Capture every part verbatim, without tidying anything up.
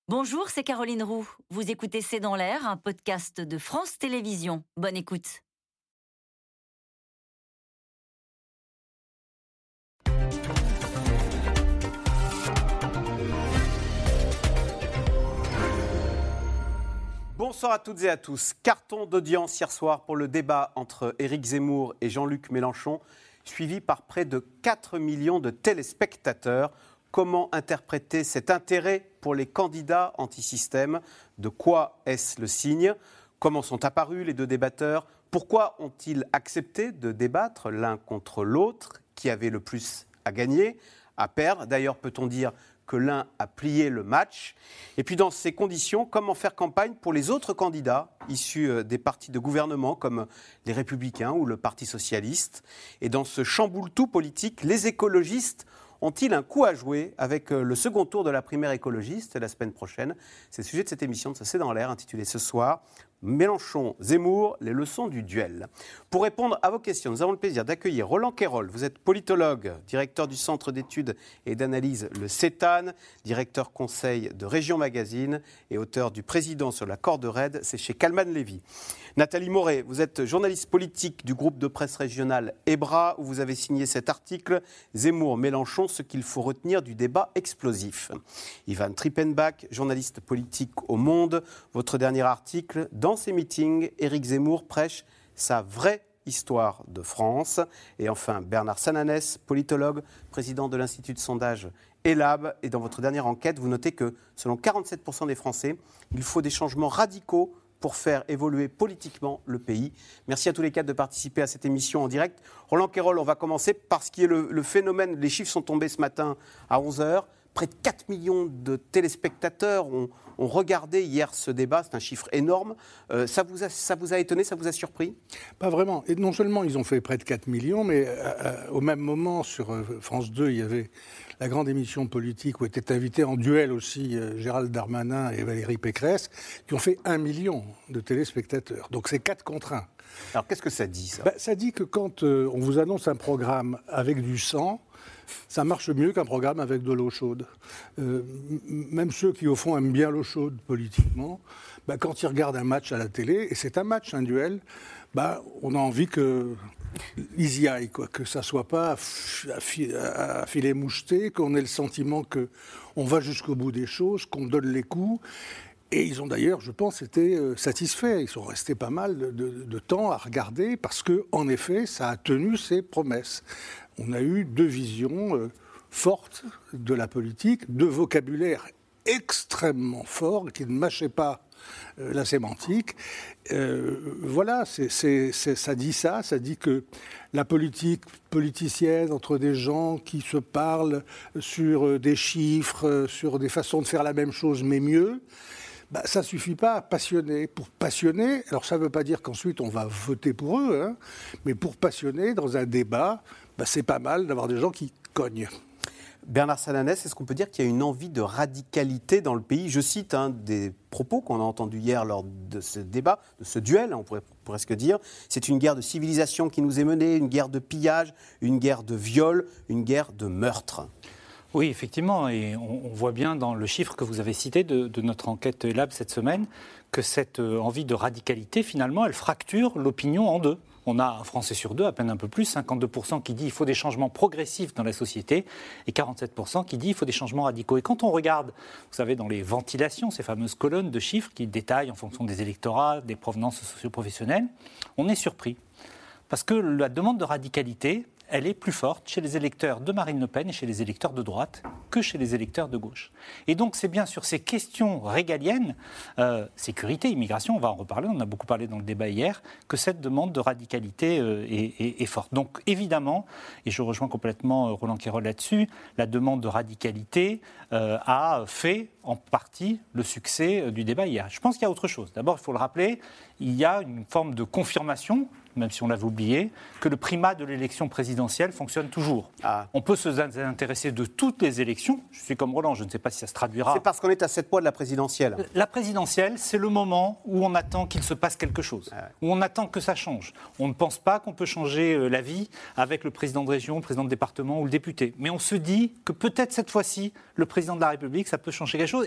Bonjour, c'est Caroline Roux. Vous écoutez C'est dans l'air, un podcast de France Télévisions. Bonne écoute. Bonsoir à toutes et à tous. Carton d'audience hier soir pour le débat entre Éric Zemmour et Jean-Luc Mélenchon, suivi par près de quatre millions de téléspectateurs. Comment interpréter cet intérêt pour les candidats anti-système? De quoi est-ce le signe? Comment sont apparus les deux débatteurs? Pourquoi ont-ils accepté de débattre l'un contre l'autre? Qui avait le plus à gagner, à perdre? D'ailleurs, peut-on dire que l'un a plié le match? Et puis dans ces conditions, comment faire campagne pour les autres candidats issus des partis de gouvernement comme les Républicains ou le Parti Socialiste? Et dans ce chamboule-tout politique, les écologistes ont-ils un coup à jouer avec le second tour de la primaire écologiste la semaine prochaine? C'est le sujet de cette émission de C'est dans l'air, intitulée ce soir Mélenchon, Zemmour, les leçons du duel. Pour répondre à vos questions, nous avons le plaisir d'accueillir Roland Quérol. Vous êtes politologue, directeur du Centre d'études et d'analyse Le Cétane, directeur conseil de Région Magazine et auteur du Président sur la corde raide, c'est chez Calman Lévy. Nathalie Moret, vous êtes journaliste politique du groupe de presse régional EBRA, où vous avez signé cet article « Zemmour, Mélenchon, ce qu'il faut retenir du débat explosif ». Ivan Trippenbach, journaliste politique au Monde, votre dernier article « Dans ces meetings, Éric Zemmour prêche sa vraie histoire de France ». Et enfin, Bernard Sananès, politologue, président de l'Institut de sondage Elab. Et dans votre dernière enquête, vous notez que, selon quarante-sept pour cent des Français, il faut des changements radicaux pour faire évoluer politiquement le pays. Merci à tous les quatre de participer à cette émission en direct. Roland Quérol, on va commencer par ce qui est le, le phénomène. Les chiffres sont tombés ce matin à onze heures. Près de quatre millions de téléspectateurs ont, ont regardé hier ce débat. C'est un chiffre énorme. Euh, ça, vous a, ça vous a étonné, ça vous a surpris? Pas vraiment. Et non seulement ils ont fait près de quatre millions, mais euh, au même moment, sur euh, France deux, il y avait la grande émission politique où étaient invités en duel aussi euh, Gérald Darmanin et Valérie Pécresse, qui ont fait un million de téléspectateurs. Donc c'est quatre contre un. Alors qu'est-ce que ça dit, ça? Ben, ça dit que quand euh, on vous annonce un programme avec du sang, ça marche mieux qu'un programme avec de l'eau chaude. Euh, même ceux qui, au fond, aiment bien l'eau chaude politiquement, bah, quand ils regardent un match à la télé, et c'est un match, un duel, bah, on a envie qu'ils y aillent, quoi, que ça ne soit pas à, fi- à filet moucheté, qu'on ait le sentiment qu'on va jusqu'au bout des choses, qu'on donne les coups. Et ils ont d'ailleurs, je pense, été euh, satisfaits. Ils sont restés pas mal de, de, de temps à regarder parce qu'en effet, ça a tenu ses promesses. On a eu deux visions euh, fortes de la politique, deux vocabulaires extrêmement forts qui ne mâchaient pas euh, la sémantique. Euh, voilà, c'est, c'est, c'est, ça dit ça, ça dit que la politique politicienne entre des gens qui se parlent sur euh, des chiffres, euh, sur des façons de faire la même chose mais mieux, bah, ça ne suffit pas à passionner. Pour passionner, alors ça ne veut pas dire qu'ensuite on va voter pour eux, hein, mais pour passionner dans un débat, bah, c'est pas mal d'avoir des gens qui cognent. Bernard Sananès, est-ce qu'on peut dire qu'il y a une envie de radicalité dans le pays? Je cite hein, des propos qu'on a entendus hier lors de ce débat, de ce duel, on pourrait presque dire. C'est une guerre de civilisation qui nous est menée, une guerre de pillage, une guerre de viol, une guerre de meurtre. Oui, effectivement, et on, on voit bien dans le chiffre que vous avez cité de, de notre enquête Lab cette semaine que cette euh, envie de radicalité, finalement, elle fracture l'opinion en deux. On a un Français sur deux, à peine un peu plus, cinquante-deux pour cent qui dit qu'il faut des changements progressifs dans la société et quarante-sept pour cent qui dit qu'il faut des changements radicaux. Et quand on regarde, vous savez, dans les ventilations, ces fameuses colonnes de chiffres qui détaillent en fonction des électorats, des provenances socio-professionnelles, on est surpris. Parce que la demande de radicalité, elle est plus forte chez les électeurs de Marine Le Pen et chez les électeurs de droite que chez les électeurs de gauche. Et donc c'est bien sur ces questions régaliennes, euh, sécurité, immigration, on va en reparler, on en a beaucoup parlé dans le débat hier, que cette demande de radicalité euh, est, est, est forte. Donc évidemment, et je rejoins complètement euh, Roland Quérol là-dessus, la demande de radicalité euh, a fait en partie le succès euh, du débat hier. Je pense qu'il y a autre chose. D'abord, il faut le rappeler, il y a une forme de confirmation, même si on l'avait oublié, que le primat de l'élection présidentielle fonctionne toujours. Ah. On peut se intéresser de toutes les élections. Je suis comme Roland, je ne sais pas si ça se traduira. C'est parce qu'on est à sept mois de la présidentielle. La présidentielle, c'est le moment où on attend qu'il se passe quelque chose, ah ouais. où on attend que ça change. On ne pense pas qu'on peut changer la vie avec le président de région, le président de département ou le député. Mais on se dit que peut-être cette fois-ci, le président de la République, ça peut changer quelque chose. Et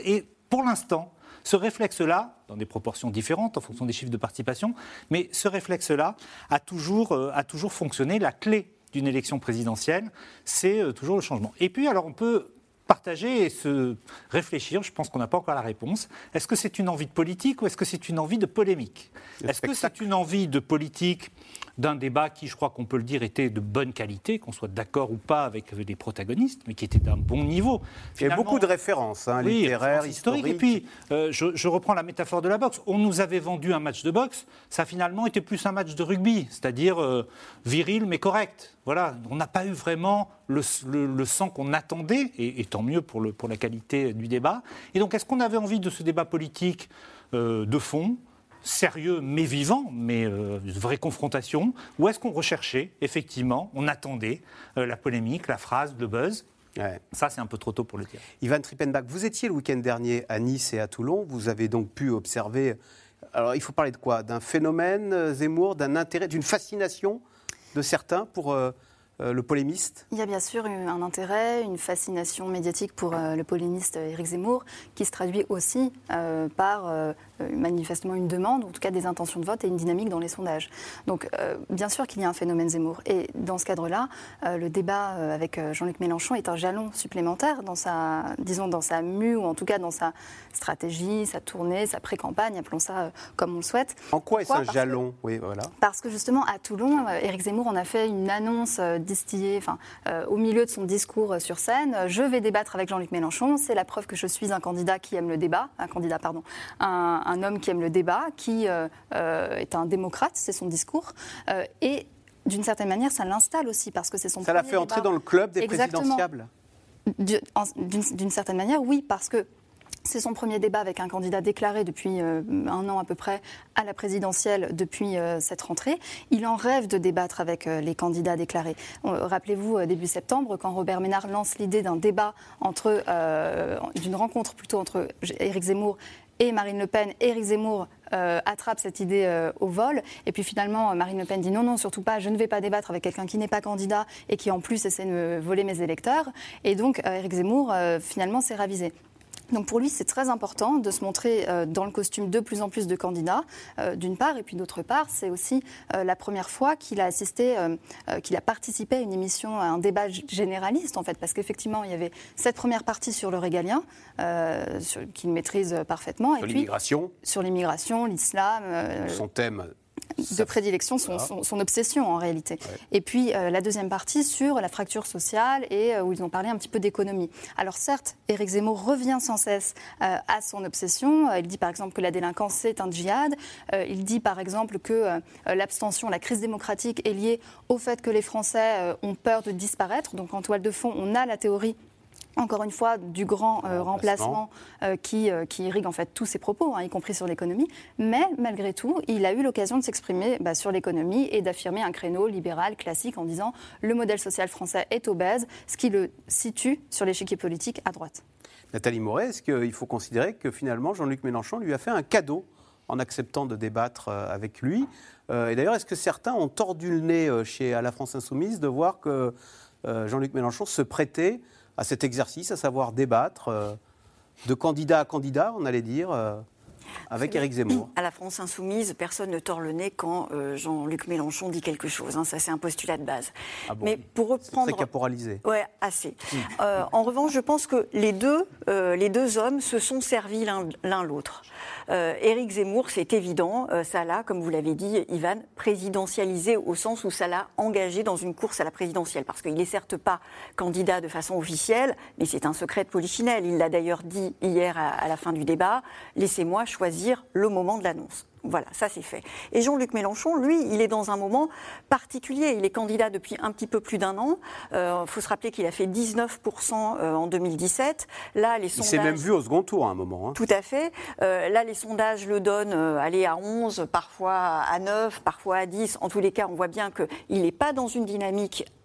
pour l'instant, ce réflexe-là, dans des proportions différentes en fonction des chiffres de participation, mais ce réflexe-là a toujours, euh, a toujours fonctionné. La clé d'une élection présidentielle, c'est euh, toujours le changement. Et puis, alors, on peut partager et se réfléchir, je pense qu'on n'a pas encore la réponse. Est-ce que c'est une envie de politique ou est-ce que c'est une envie de polémique ? Est-ce que c'est une envie de politique d'un débat qui, je crois qu'on peut le dire, était de bonne qualité, qu'on soit d'accord ou pas avec les protagonistes, mais qui était d'un bon niveau. Il y a beaucoup de références, hein, oui, littéraires, historiques. historiques. Et puis, euh, je, je reprends la métaphore de la boxe. On nous avait vendu un match de boxe, ça finalement était plus un match de rugby, c'est-à-dire euh, viril mais correct. Voilà, on n'a pas eu vraiment le, le, le sang qu'on attendait, et, et tant mieux pour, le, pour la qualité du débat. Et donc, est-ce qu'on avait envie de ce débat politique euh, de fond, sérieux mais vivant, mais euh, une vraie confrontation, ou est-ce qu'on recherchait, effectivement, on attendait euh, la polémique, la phrase, le buzz ? Ouais. Ça, c'est un peu trop tôt pour le dire. Ivan Trippenbach, vous étiez le week-end dernier à Nice et à Toulon, vous avez donc pu observer, alors il faut parler de quoi ? D'un phénomène, Zemmour, d'un intérêt, d'une fascination de certains pour euh, euh, le polémiste ? Il y a bien sûr un intérêt, une fascination médiatique pour euh, le polémiste Éric Zemmour, qui se traduit aussi euh, par euh, manifestement une demande, ou en tout cas des intentions de vote et une dynamique dans les sondages. Donc euh, bien sûr qu'il y a un phénomène Zemmour. Et dans ce cadre-là, euh, le débat euh, avec Jean-Luc Mélenchon est un jalon supplémentaire dans sa, disons, dans sa mue, ou en tout cas dans sa stratégie, sa tournée, sa pré-campagne, appelons ça euh, comme on le souhaite. En quoi Pourquoi ? est-ce un jalon ? Oui, voilà. Parce que justement, à Toulon, euh, Éric Zemmour en a fait une annonce euh, distillée, enfin, euh, au milieu de son discours euh, sur scène. Je vais débattre avec Jean-Luc Mélenchon. C'est la preuve que je suis un candidat qui aime le débat, un candidat, pardon, un, un homme qui aime le débat, qui euh, euh, est un démocrate, c'est son discours. Euh, et d'une certaine manière, ça l'installe aussi, parce que c'est son ça premier l'a fait entrer débat. dans le club des Exactement. présidentiables. D'une, d'une certaine manière, oui, parce que c'est son premier débat avec un candidat déclaré depuis euh, un an à peu près à la présidentielle depuis euh, cette rentrée. Il en rêve de débattre avec euh, les candidats déclarés. Euh, rappelez-vous, euh, début septembre, quand Robert Ménard lance l'idée d'un débat, entre, euh, d'une rencontre plutôt entre Éric Zemmour et Marine Le Pen, Éric Zemmour euh, attrape cette idée euh, au vol. Et puis finalement, Marine Le Pen dit non, non, surtout pas, je ne vais pas débattre avec quelqu'un qui n'est pas candidat et qui en plus essaie de me voler mes électeurs. Et donc, euh, Éric Zemmour, euh, finalement, s'est ravisé. Donc pour lui, c'est très important de se montrer euh, dans le costume de plus en plus de candidats, euh, d'une part, et puis d'autre part, c'est aussi euh, la première fois qu'il a assisté, euh, euh, qu'il a participé à une émission, à un débat généraliste en fait, parce qu'effectivement, il y avait cette première partie sur le régalien, euh, sur, qu'il maîtrise parfaitement, sur et l'immigration, puis sur l'immigration, l'islam, euh, son thème de prédilection, son, son, son obsession en réalité. Ouais. Et puis euh, la deuxième partie sur la fracture sociale et euh, où ils ont parlé un petit peu d'économie. Alors certes, Éric Zemmour revient sans cesse euh, à son obsession. Il dit par exemple que la délinquance c'est un djihad. Euh, il dit par exemple que euh, l'abstention, la crise démocratique est liée au fait que les Français euh, ont peur de disparaître. Donc en toile de fond, on a la théorie, encore une fois, du grand euh, remplacement euh, qui, euh, qui irrigue en fait tous ses propos, hein, y compris sur l'économie. Mais malgré tout, il a eu l'occasion de s'exprimer bah, sur l'économie et d'affirmer un créneau libéral classique en disant le modèle social français est obèse, ce qui le situe sur l'échiquier politique à droite. Nathalie Moret, est-ce qu'il faut considérer que finalement Jean-Luc Mélenchon lui a fait un cadeau en acceptant de débattre avec lui ? euh, Et d'ailleurs, est-ce que certains ont tordu le nez chez à la France Insoumise de voir que euh, Jean-Luc Mélenchon se prêtait à cet exercice, à savoir débattre euh, de candidat à candidat, on allait dire, euh, avec Éric Zemmour. À la France Insoumise, personne ne tord le nez quand euh, Jean-Luc Mélenchon dit quelque chose. Hein, ça, c'est un postulat de base. Ah bon. Mais pour reprendre, c'est très caporalisé. Ouais, assez. Mmh. Euh, en revanche, je pense que les deux, euh, les deux hommes se sont servis l'un, l'un l'autre. Euh, Éric Zemmour, c'est évident, euh, ça l'a, comme vous l'avez dit, Ivan, présidentialisé au sens où ça l'a engagé dans une course à la présidentielle. Parce qu'il n'est certes pas candidat de façon officielle, mais c'est un secret de polichinelle. Il l'a d'ailleurs dit hier à, à la fin du débat, laissez-moi choisir le moment de l'annonce. Voilà, ça c'est fait. Et Jean-Luc Mélenchon, lui, il est dans un moment particulier. Il est candidat depuis un petit peu plus d'un an. Il euh, faut se rappeler qu'il a fait dix-neuf pour cent euh, en deux mille dix-sept. Là, les sondages... Il s'est même vu au second tour à un moment. Hein. Tout à fait. Euh, là, les sondages le donnent euh, aller à onze, parfois à neuf, parfois à dix. En tous les cas, on voit bien qu'il n'est pas dans une dynamique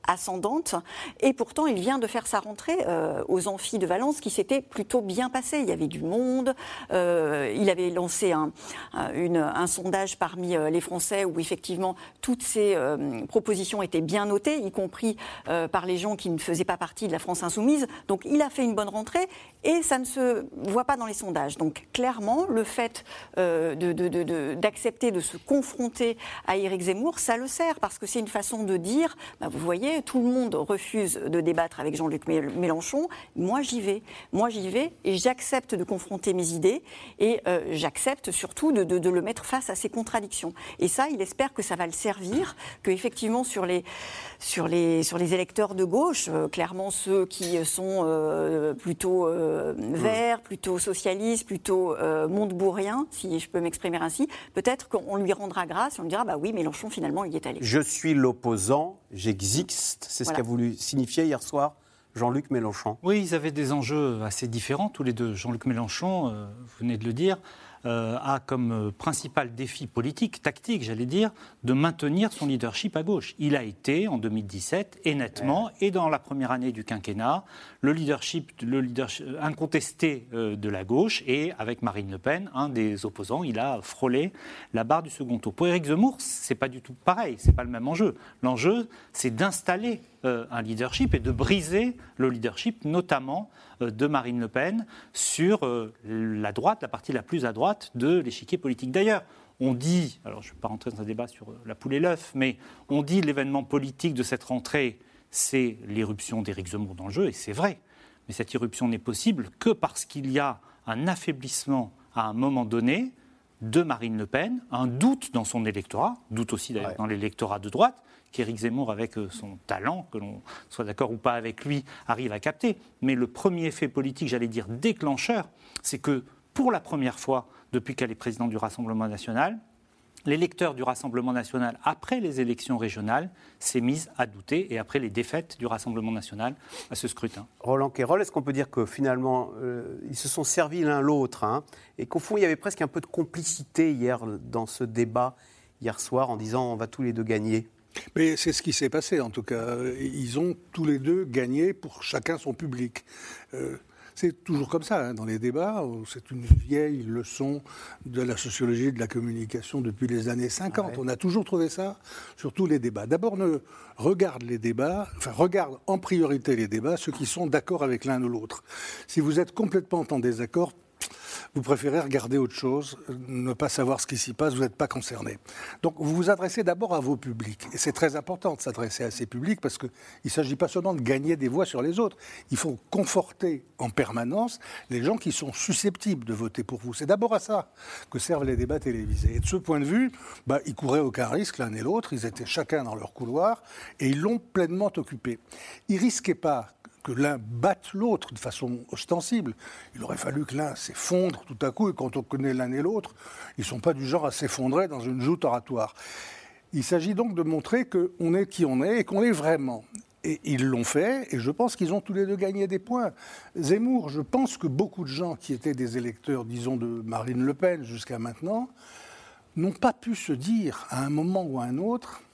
ascendante. Et pourtant, il vient de faire sa rentrée euh, aux Amphis de Valence, qui s'était plutôt bien passée. Il y avait du monde. Euh, il avait lancé un, un, une, un sondage parmi euh, les Français où, effectivement, toutes ces euh, propositions étaient bien notées, y compris euh, par les gens qui ne faisaient pas partie de la France insoumise. Donc, il a fait une bonne rentrée et ça ne se voit pas dans les sondages. Donc, clairement, le fait euh, de, de, de, de, d'accepter de se confronter à Éric Zemmour, ça le sert, parce que c'est une façon de dire, bah, vous voyez, tout le monde refuse de débattre avec Jean-Luc Mélenchon, moi j'y vais, moi j'y vais et j'accepte de confronter mes idées et euh, j'accepte surtout de, de, de le mettre face à ses contradictions. Et ça, il espère que ça va le servir, qu'effectivement sur les, sur, les, sur les électeurs de gauche, euh, clairement ceux qui sont euh, plutôt euh, verts, plutôt socialistes, plutôt euh, montebourriens, si je peux m'exprimer ainsi, peut-être qu'on lui rendra grâce et on lui dira, bah oui, Mélenchon finalement il y est allé. Je suis l'opposant, j'existe. C'est voilà. Ce qu'a voulu signifier hier soir Jean-Luc Mélenchon. Oui, ils avaient des enjeux assez différents tous les deux. Jean-Luc Mélenchon, euh, vous venez de le dire, euh, a comme principal défi politique, tactique, j'allais dire, de maintenir son leadership à gauche. Il a été, en deux mille dix-sept, et nettement, ouais. et dans la première année du quinquennat, le leadership, le leadership incontesté euh, de la gauche, et avec Marine Le Pen, un des opposants, il a frôlé la barre du second tour. Pour Éric Zemmour, c'est pas du tout pareil, c'est pas le même enjeu. L'enjeu, c'est d'installer euh, un leadership et de briser le leadership, notamment euh, de Marine Le Pen, sur euh, la droite, la partie la plus à droite de l'échiquier politique. D'ailleurs, on dit, alors je ne vais pas rentrer dans un débat sur la poule et l'œuf, mais on dit l'événement politique de cette rentrée, c'est l'irruption d'Éric Zemmour dans le jeu, et c'est vrai. Mais cette irruption n'est possible que parce qu'il y a un affaiblissement à un moment donné de Marine Le Pen, un doute dans son électorat, doute aussi d'ailleurs ouais. dans l'électorat de droite, qu'Éric Zemmour, avec son talent, que l'on soit d'accord ou pas avec lui, arrive à capter. Mais le premier effet politique, j'allais dire déclencheur, c'est que pour la première fois depuis qu'elle est présidente du Rassemblement national, l'électeur du Rassemblement national, après les élections régionales, s'est mis à douter, et après les défaites du Rassemblement national, à ce scrutin. Roland Quérol, est-ce qu'on peut dire que finalement, euh, ils se sont servis l'un l'autre, hein, et qu'au fond, il y avait presque un peu de complicité hier dans ce débat, hier soir, en disant on va tous les deux gagner? Mais c'est ce qui s'est passé, en tout cas. Ils ont tous les deux gagné pour chacun son public. Euh, C'est toujours comme ça, hein, dans les débats. C'est une vieille leçon de la sociologie et de la communication depuis les années cinquante. Ah ouais. On a toujours trouvé ça sur tous les débats. D'abord, ne regarde les débats, enfin, regarde en priorité les débats, ceux qui sont d'accord avec l'un ou l'autre. Si vous êtes complètement en désaccord, vous préférez regarder autre chose, ne pas savoir ce qui s'y passe, vous n'êtes pas concerné. Donc vous vous adressez d'abord à vos publics. Et c'est très important de s'adresser à ces publics parce qu'il ne s'agit pas seulement de gagner des voix sur les autres. Il faut conforter en permanence les gens qui sont susceptibles de voter pour vous. C'est d'abord à ça que servent les débats télévisés. Et de ce point de vue, bah, ils couraient aucun risque l'un et l'autre. Ils étaient chacun dans leur couloir et ils l'ont pleinement occupé. Ils ne risquaient pas que l'un batte l'autre de façon ostensible. Il aurait fallu que l'un s'effondre tout à coup, et quand on connaît l'un et l'autre, ils ne sont pas du genre à s'effondrer dans une joute oratoire. Il s'agit donc de montrer qu'on est qui on est et qu'on l'est vraiment. Et ils l'ont fait, et je pense qu'ils ont tous les deux gagné des points. Zemmour, je pense que beaucoup de gens qui étaient des électeurs, disons, de Marine Le Pen jusqu'à maintenant, n'ont pas pu se dire, à un moment ou à un autre,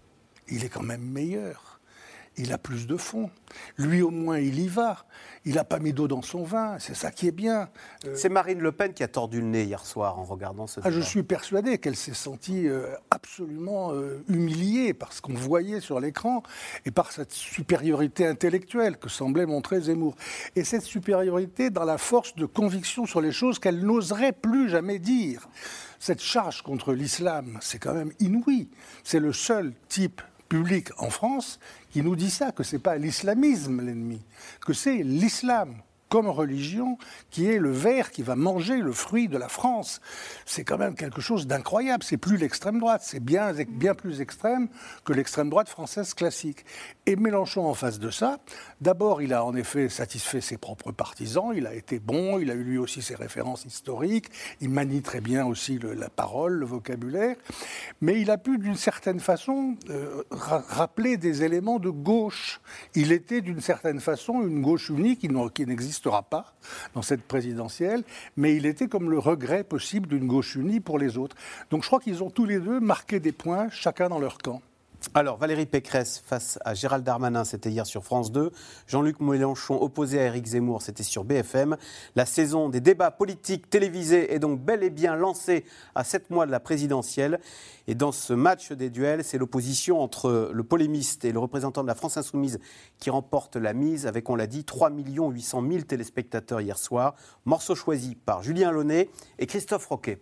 il est quand même meilleur. Il a plus de fond. Lui, au moins, il y va. Il n'a pas mis d'eau dans son vin. C'est ça qui est bien. Euh... C'est Marine Le Pen qui a tordu le nez hier soir en regardant ce débat. Ah, je suis persuadé qu'elle s'est sentie euh, absolument euh, humiliée par ce qu'on voyait sur l'écran et par cette supériorité intellectuelle que semblait montrer Zemmour. Et cette supériorité dans la force de conviction sur les choses qu'elle n'oserait plus jamais dire. Cette charge contre l'islam, c'est quand même inouï. C'est le seul type public en France qui nous dit ça, que ce n'est pas l'islamisme l'ennemi, que c'est l'islam comme religion qui est le ver qui va manger le fruit de la France. C'est quand même quelque chose d'incroyable. C'est plus l'extrême droite, c'est bien, bien plus extrême que l'extrême droite française classique. Et Mélenchon en face de ça, d'abord il a en effet satisfait ses propres partisans, il a été bon, il a eu lui aussi ses références historiques, il manie très bien aussi le, la parole, le vocabulaire, mais il a pu d'une certaine façon euh, ra- rappeler des éléments de gauche. Il était d'une certaine façon une gauche unique qui, qui n'existe pas dans cette présidentielle, mais il était comme le regret possible d'une gauche unie pour les autres. Donc je crois qu'ils ont tous les deux marqué des points, chacun dans leur camp. Alors, Valérie Pécresse face à Gérald Darmanin, c'était hier sur France deux. Jean-Luc Mélenchon opposé à Éric Zemmour, c'était sur B F M. La saison des débats politiques télévisés est donc bel et bien lancée à sept mois de la présidentielle. Et dans ce match des duels, c'est l'opposition entre le polémiste et le représentant de la France Insoumise qui remporte la mise avec, on l'a dit, trois millions huit cent mille téléspectateurs hier soir. Morceau choisi par Julien Launay et Christophe Roquet.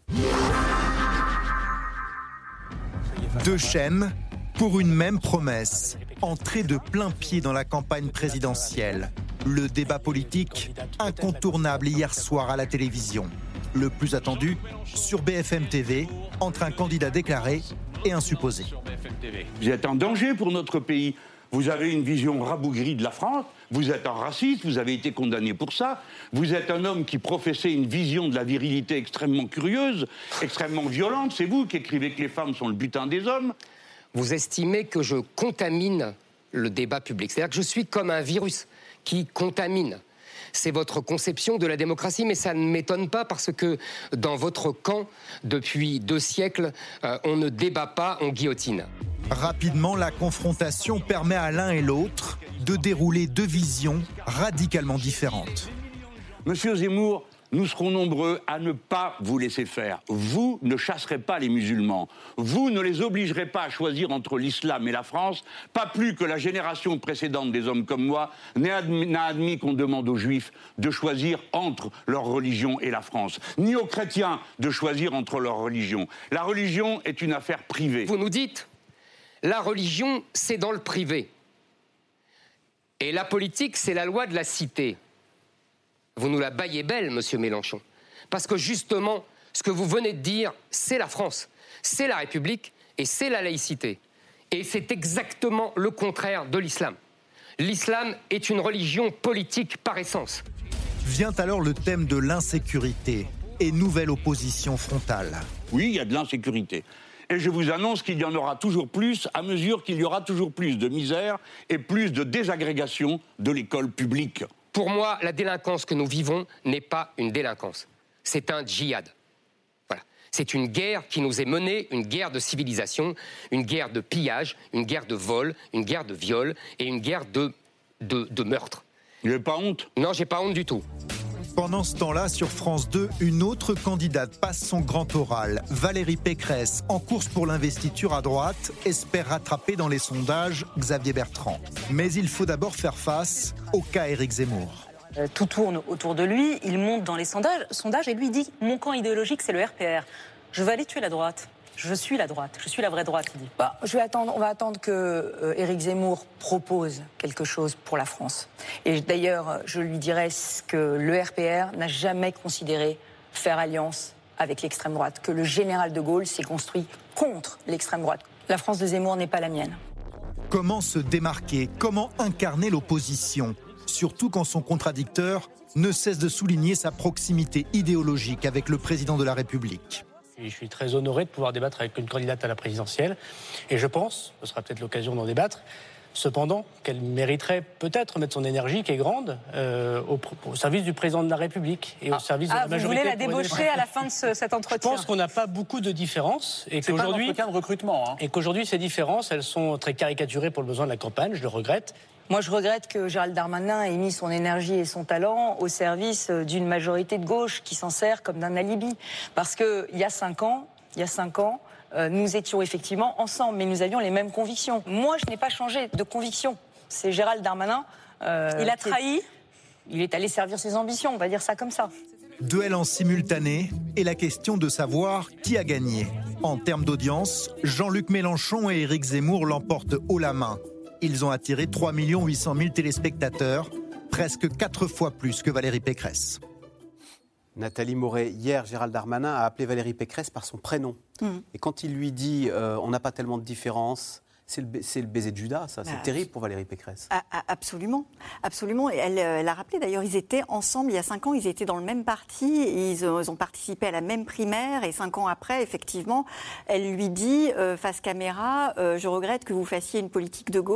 Deux chaînes pour une même promesse, entrer de plein pied dans la campagne présidentielle. Le débat politique incontournable hier soir à la télévision. Le plus attendu sur B F M T V, entre un candidat déclaré et un supposé. Vous êtes en danger pour notre pays. Vous avez une vision rabougrie de la France. Vous êtes un raciste, vous avez été condamné pour ça. Vous êtes un homme qui professait une vision de la virilité extrêmement curieuse, extrêmement violente. C'est vous qui écrivez que les femmes sont le butin des hommes. Vous estimez que je contamine le débat public. C'est-à-dire que je suis comme un virus qui contamine. C'est votre conception de la démocratie, mais ça ne m'étonne pas parce que dans votre camp, depuis deux siècles, euh, on ne débat pas, on guillotine. Rapidement, la confrontation permet à l'un et l'autre de dérouler deux visions radicalement différentes. Monsieur Zemmour, nous serons nombreux à ne pas vous laisser faire. Vous ne chasserez pas les musulmans. Vous ne les obligerez pas à choisir entre l'islam et la France, pas plus que la génération précédente des hommes comme moi n'a admis, n'a admis qu'on demande aux juifs de choisir entre leur religion et la France, ni aux chrétiens de choisir entre leur religion. La religion est une affaire privée. Vous nous dites, la religion, c'est dans le privé. Et la politique, c'est la loi de la cité. Vous nous la baillez belle, monsieur Mélenchon. Parce que justement, ce que vous venez de dire, c'est la France, c'est la République et c'est la laïcité. Et c'est exactement le contraire de l'islam. L'islam est une religion politique par essence. Vient alors le thème de l'insécurité et nouvelle opposition frontale. Oui, il y a de l'insécurité. Et je vous annonce qu'il y en aura toujours plus à mesure qu'il y aura toujours plus de misère et plus de désagrégation de l'école publique. Pour moi, la délinquance que nous vivons n'est pas une délinquance. C'est un djihad. Voilà. C'est une guerre qui nous est menée, une guerre de civilisation, une guerre de pillage, une guerre de vol, une guerre de viol et une guerre de, de, de meurtre. Vous n'avez pas honte ? Non, j'ai pas honte du tout. Pendant ce temps-là, sur France deux, une autre candidate passe son grand oral. Valérie Pécresse, en course pour l'investiture à droite, espère rattraper dans les sondages Xavier Bertrand. Mais il faut d'abord faire face au cas Éric Zemmour. Euh, tout tourne autour de lui, il monte dans les sondages, sondages et lui dit « Mon camp idéologique, c'est le R P R. Je vais aller tuer la droite. Je suis la droite. Je suis la vraie droite, il dit. » Bah, je vais attendre, on va attendre que euh, Éric Zemmour propose quelque chose pour la France. Et d'ailleurs, je lui dirais que le R P R n'a jamais considéré faire alliance avec l'extrême droite, que le général de Gaulle s'est construit contre l'extrême droite. La France de Zemmour n'est pas la mienne. Comment se démarquer ? Comment incarner l'opposition ? Surtout quand son contradicteur ne cesse de souligner sa proximité idéologique avec le président de la République. Je suis très honoré de pouvoir débattre avec une candidate à la présidentielle. Et je pense, ce sera peut-être l'occasion d'en débattre, cependant qu'elle mériterait peut-être mettre son énergie, qui est grande, euh, au, au service du président de la République et ah. au service ah, de la majorité. Vous voulez la débaucher à la fin de ce, cet entretien ? Je pense qu'on n'a pas beaucoup de différences. Et c'est qu'aujourd'hui, pas un entretien de recrutement. Hein. Et qu'aujourd'hui, ces différences, elles sont très caricaturées pour le besoin de la campagne, je le regrette. Moi, je regrette que Gérald Darmanin ait mis son énergie et son talent au service d'une majorité de gauche qui s'en sert comme d'un alibi. Parce qu'il y a cinq ans, il y a cinq ans, euh, nous étions effectivement ensemble, mais nous avions les mêmes convictions. Moi, je n'ai pas changé de conviction. C'est Gérald Darmanin. Euh, il a trahi. Est, il est allé servir ses ambitions, on va dire ça comme ça. Duel en simultané et la question de savoir qui a gagné. En termes d'audience, Jean-Luc Mélenchon et Éric Zemmour l'emportent haut la main. Ils ont attiré trois millions huit cent mille téléspectateurs, presque quatre fois plus que Valérie Pécresse. Nathalie Moret, hier, Gérald Darmanin a appelé Valérie Pécresse par son prénom. Mmh. Et quand il lui dit euh, « on n'a pas tellement de différence », c'est le, c'est le baiser de Judas, ça. C'est bah, terrible pour Valérie Pécresse. Ah, ah, absolument. Absolument. Et elle, elle a rappelé, d'ailleurs, ils étaient ensemble il y a cinq ans, ils étaient dans le même parti, ils, ils ont participé à la même primaire, et cinq ans après, effectivement, elle lui dit, euh, face caméra, euh, « je regrette que vous fassiez une politique de gauche ».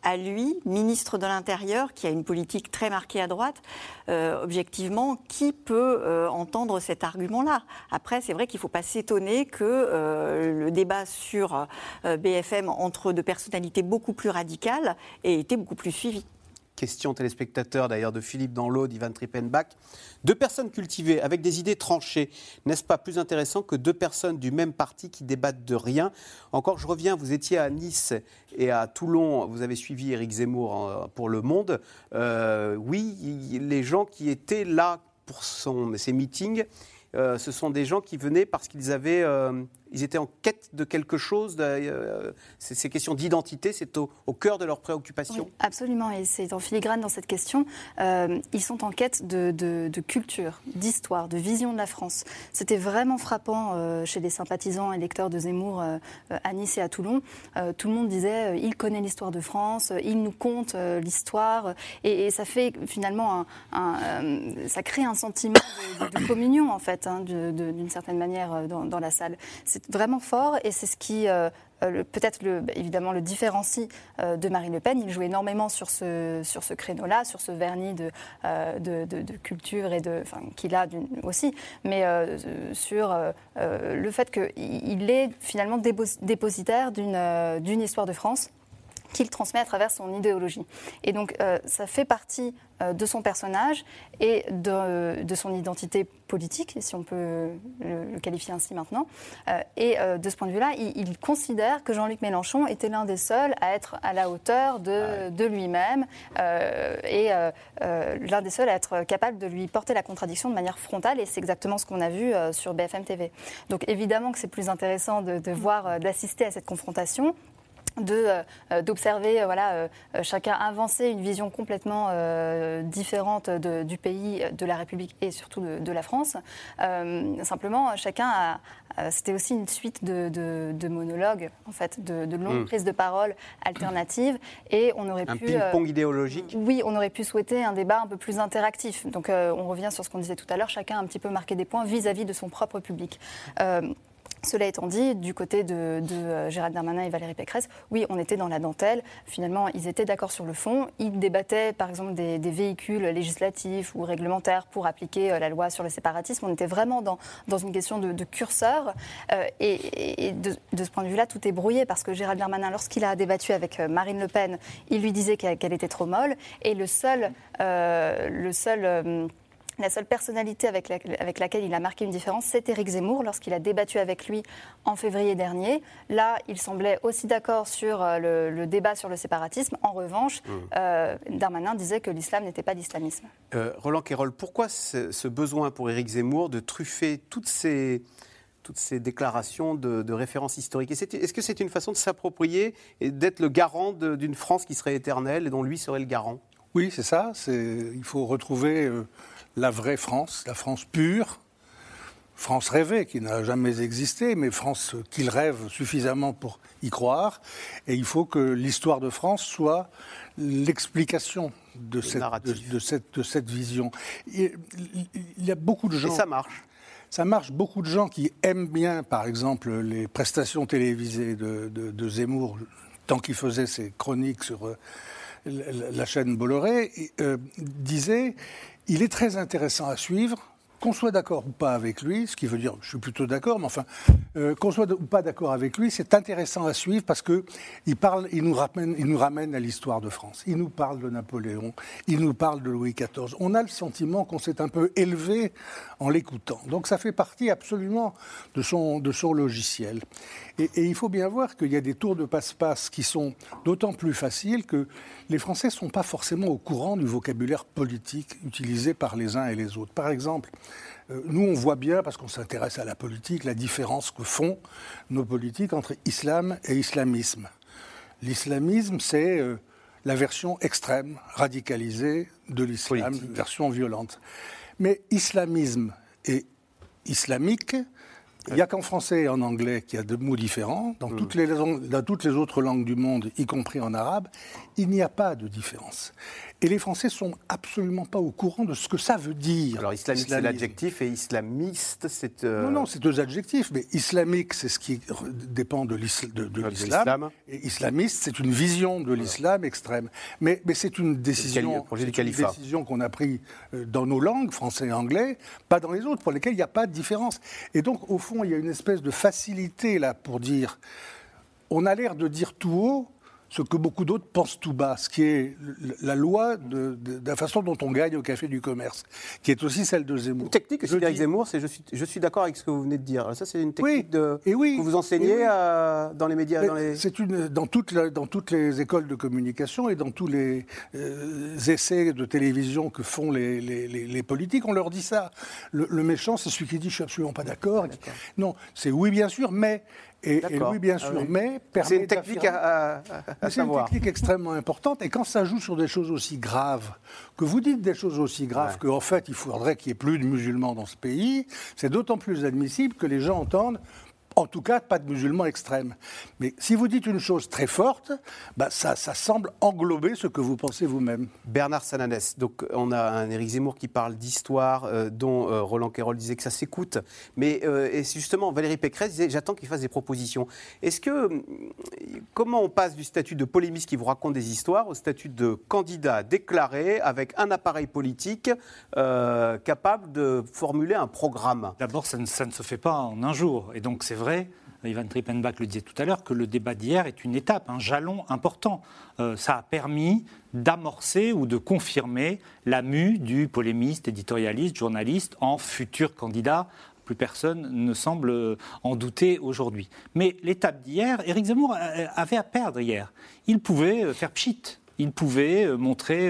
à lui, ministre de l'Intérieur, qui a une politique très marquée à droite, euh, objectivement, qui peut euh, entendre cet argument-là? Après, c'est vrai qu'il ne faut pas s'étonner que euh, le débat sur euh, B F M entre deux personnalités beaucoup plus radicales ait été beaucoup plus suivi. Question téléspectateur d'ailleurs de Philippe dans l'Aude, Ivan Trippenbach. Deux personnes cultivées avec des idées tranchées, n'est-ce pas plus intéressant que deux personnes du même parti qui débattent de rien? Encore, je reviens, vous étiez à Nice et à Toulon, vous avez suivi Éric Zemmour pour Le Monde. Euh, oui, les gens qui étaient là pour son, ses meetings, euh, ce sont des gens qui venaient parce qu'ils avaient... Euh, ils étaient en quête de quelque chose, de, euh, ces, ces questions d'identité, c'est au, au cœur de leurs préoccupations. Oui, absolument, et c'est en filigrane dans cette question. Euh, ils sont en quête de, de, de culture, d'histoire, de vision de la France. C'était vraiment frappant euh, chez les sympathisants et lecteurs de Zemmour euh, à Nice et à Toulon. Euh, tout le monde disait, euh, il connaît l'histoire de France, euh, il nous conte euh, l'histoire, et, et ça fait finalement, un, un, euh, ça crée un sentiment de, de, de communion en fait, hein, de, de, d'une certaine manière dans, dans la salle. C'est vraiment fort et c'est ce qui euh, le, peut-être le, évidemment le différencie euh, de Marine Le Pen. Il joue énormément sur ce, sur ce créneau-là, sur ce vernis de, euh, de, de, de culture et de, enfin, qu'il a aussi, mais euh, sur euh, le fait qu'il est finalement dépositaire d'une, euh, d'une histoire de France qu'il transmet à travers son idéologie. Et donc, euh, ça fait partie euh, de son personnage et de, de son identité politique, si on peut le, le qualifier ainsi maintenant. Euh, et euh, de ce point de vue-là, il, il considère que Jean-Luc Mélenchon était l'un des seuls à être à la hauteur de, de lui-même euh, et euh, euh, l'un des seuls à être capable de lui porter la contradiction de manière frontale. Et c'est exactement ce qu'on a vu euh, sur B F M T V. Donc, évidemment que c'est plus intéressant de, de voir, euh, d'assister à cette confrontation, de, euh, d'observer euh, voilà, euh, chacun avancer une vision complètement euh, différente de, du pays, de la République et surtout de, de la France. Euh, simplement, chacun a, euh, c'était aussi une suite de, de, de monologues, en fait, de, de longues mmh. prises de parole alternatives. Et on aurait un pu... Un ping-pong euh, idéologique. Oui, on aurait pu souhaiter un débat un peu plus interactif. Donc euh, on revient sur ce qu'on disait tout à l'heure, chacun a un petit peu marqué des points vis-à-vis de son propre public. Euh, Cela étant dit, du côté de, de Gérald Darmanin et Valérie Pécresse, oui, on était dans la dentelle. Finalement, ils étaient d'accord sur le fond. Ils débattaient, par exemple, des, des véhicules législatifs ou réglementaires pour appliquer euh, la loi sur le séparatisme. On était vraiment dans, dans une question de, de curseur. Euh, et et de, de ce point de vue-là, tout est brouillé parce que Gérald Darmanin, lorsqu'il a débattu avec Marine Le Pen, il lui disait qu'elle, qu'elle était trop molle. Et le seul... Euh, le seul euh, La seule personnalité avec, la, avec laquelle il a marqué une différence, c'est Éric Zemmour, lorsqu'il a débattu avec lui en février dernier. Là, il semblait aussi d'accord sur le, le débat sur le séparatisme. En revanche, mmh. euh, Darmanin disait que l'islam n'était pas l'islamisme. Euh, Roland Quérol, pourquoi ce, ce besoin pour Éric Zemmour de truffer toutes ces, toutes ces déclarations de, de références historiques? Et c'est, est-ce que c'est une façon de s'approprier et d'être le garant de, d'une France qui serait éternelle et dont lui serait le garant? Oui, c'est ça. C'est, il faut retrouver... Euh, la vraie France, la France pure, France rêvée, qui n'a jamais existé, mais France qu'il rêve suffisamment pour y croire. Et il faut que l'histoire de France soit l'explication de, cette, de, de, cette, de cette vision. Il, il y a beaucoup de gens... Et ça marche. Ça marche. Beaucoup de gens qui aiment bien, par exemple, les prestations télévisées de, de, de Zemmour, tant qu'il faisait ses chroniques sur euh, la, la chaîne Bolloré, euh, disaient... Il est très intéressant à suivre, qu'on soit d'accord ou pas avec lui, ce qui veut dire, je suis plutôt d'accord, mais enfin, euh, qu'on soit ou pas d'accord avec lui, c'est intéressant à suivre parce qu'il parle, il nous ramène, il nous ramène à l'histoire de France. Il nous parle de Napoléon, il nous parle de Louis quatorze. On a le sentiment qu'on s'est un peu élevé en l'écoutant. Donc ça fait partie absolument de son, de son logiciel. Et, et il faut bien voir qu'il y a des tours de passe-passe qui sont d'autant plus faciles que les Français ne sont pas forcément au courant du vocabulaire politique utilisé par les uns et les autres. Par exemple, euh, nous on voit bien, parce qu'on s'intéresse à la politique, la différence que font nos politiques entre islam et islamisme. L'islamisme, c'est euh, la version extrême, radicalisée de l'islam, politique. Une version violente. Mais islamisme et islamique, il n'y a qu'en français et en anglais qu'il y a deux mots différents. Dans, mmh. toutes les, dans toutes les autres langues du monde, y compris en arabe, il n'y a pas de différence. Et les Français sont absolument pas au courant de ce que ça veut dire. Alors islamique, c'est l'adjectif, et islamiste, c'est... Euh... Non, non, c'est deux adjectifs, mais islamique, c'est ce qui dépend de, l'islam, de, de, de l'islam, l'islam, et islamiste, c'est une vision de l'islam voilà. extrême. Mais, mais c'est une décision, c'est une décision qu'on a prise dans nos langues, français et anglais, pas dans les autres, pour lesquelles il n'y a pas de différence. Et donc, au fond, il y a une espèce de facilité, là, pour dire... On a l'air de dire tout haut ce que beaucoup d'autres pensent tout bas, ce qui est la loi de, de, de la façon dont on gagne au café du commerce, qui est aussi celle de Zemmour. Une technique que c'est dis... Zemmour, c'est je suis, je suis d'accord avec ce que vous venez de dire. Alors ça, c'est une technique oui, de, et oui, que vous enseignez oui. à, dans les médias dans les... C'est une, dans, toute la, dans toutes les écoles de communication et dans tous les euh, essais de télévision que font les, les, les, les politiques, on leur dit ça. Le, le méchant, c'est celui qui dit « je suis absolument pas d'accord ». Non, c'est « oui, bien sûr, mais… » Et, et oui, bien sûr, ah oui. mais permet c'est une technique à, à, à c'est savoir. C'est une technique extrêmement importante. Et quand ça joue sur des choses aussi graves, que vous dites des choses aussi graves, ouais. qu'en fait, il faudrait qu'il n'y ait plus de musulmans dans ce pays, c'est d'autant plus admissible que les gens entendent, en tout cas, pas de musulmans extrêmes. Mais si vous dites une chose très forte, bah ça, ça semble englober ce que vous pensez vous-même. Bernard Sananès, donc on a un Éric Zemmour qui parle d'histoire, euh, dont euh, Roland Quérol disait que ça s'écoute. Mais euh, et justement, Valérie Pécresse disait « j'attends qu'il fasse des propositions ». Est-ce que, comment on passe du statut de polémiste qui vous raconte des histoires au statut de candidat déclaré avec un appareil politique euh, capable de formuler un programme ? D'abord, ça ne, ça ne se fait pas en un jour. Et donc, c'est vrai, Ivan Trippenbach le disait tout à l'heure, que le débat d'hier est une étape, un jalon important. Euh, ça a permis d'amorcer ou de confirmer la mue du polémiste, éditorialiste, journaliste en futur candidat. Plus personne ne semble en douter aujourd'hui. Mais l'étape d'hier, Éric Zemmour avait à perdre hier. Il pouvait faire pchit. Il pouvait montrer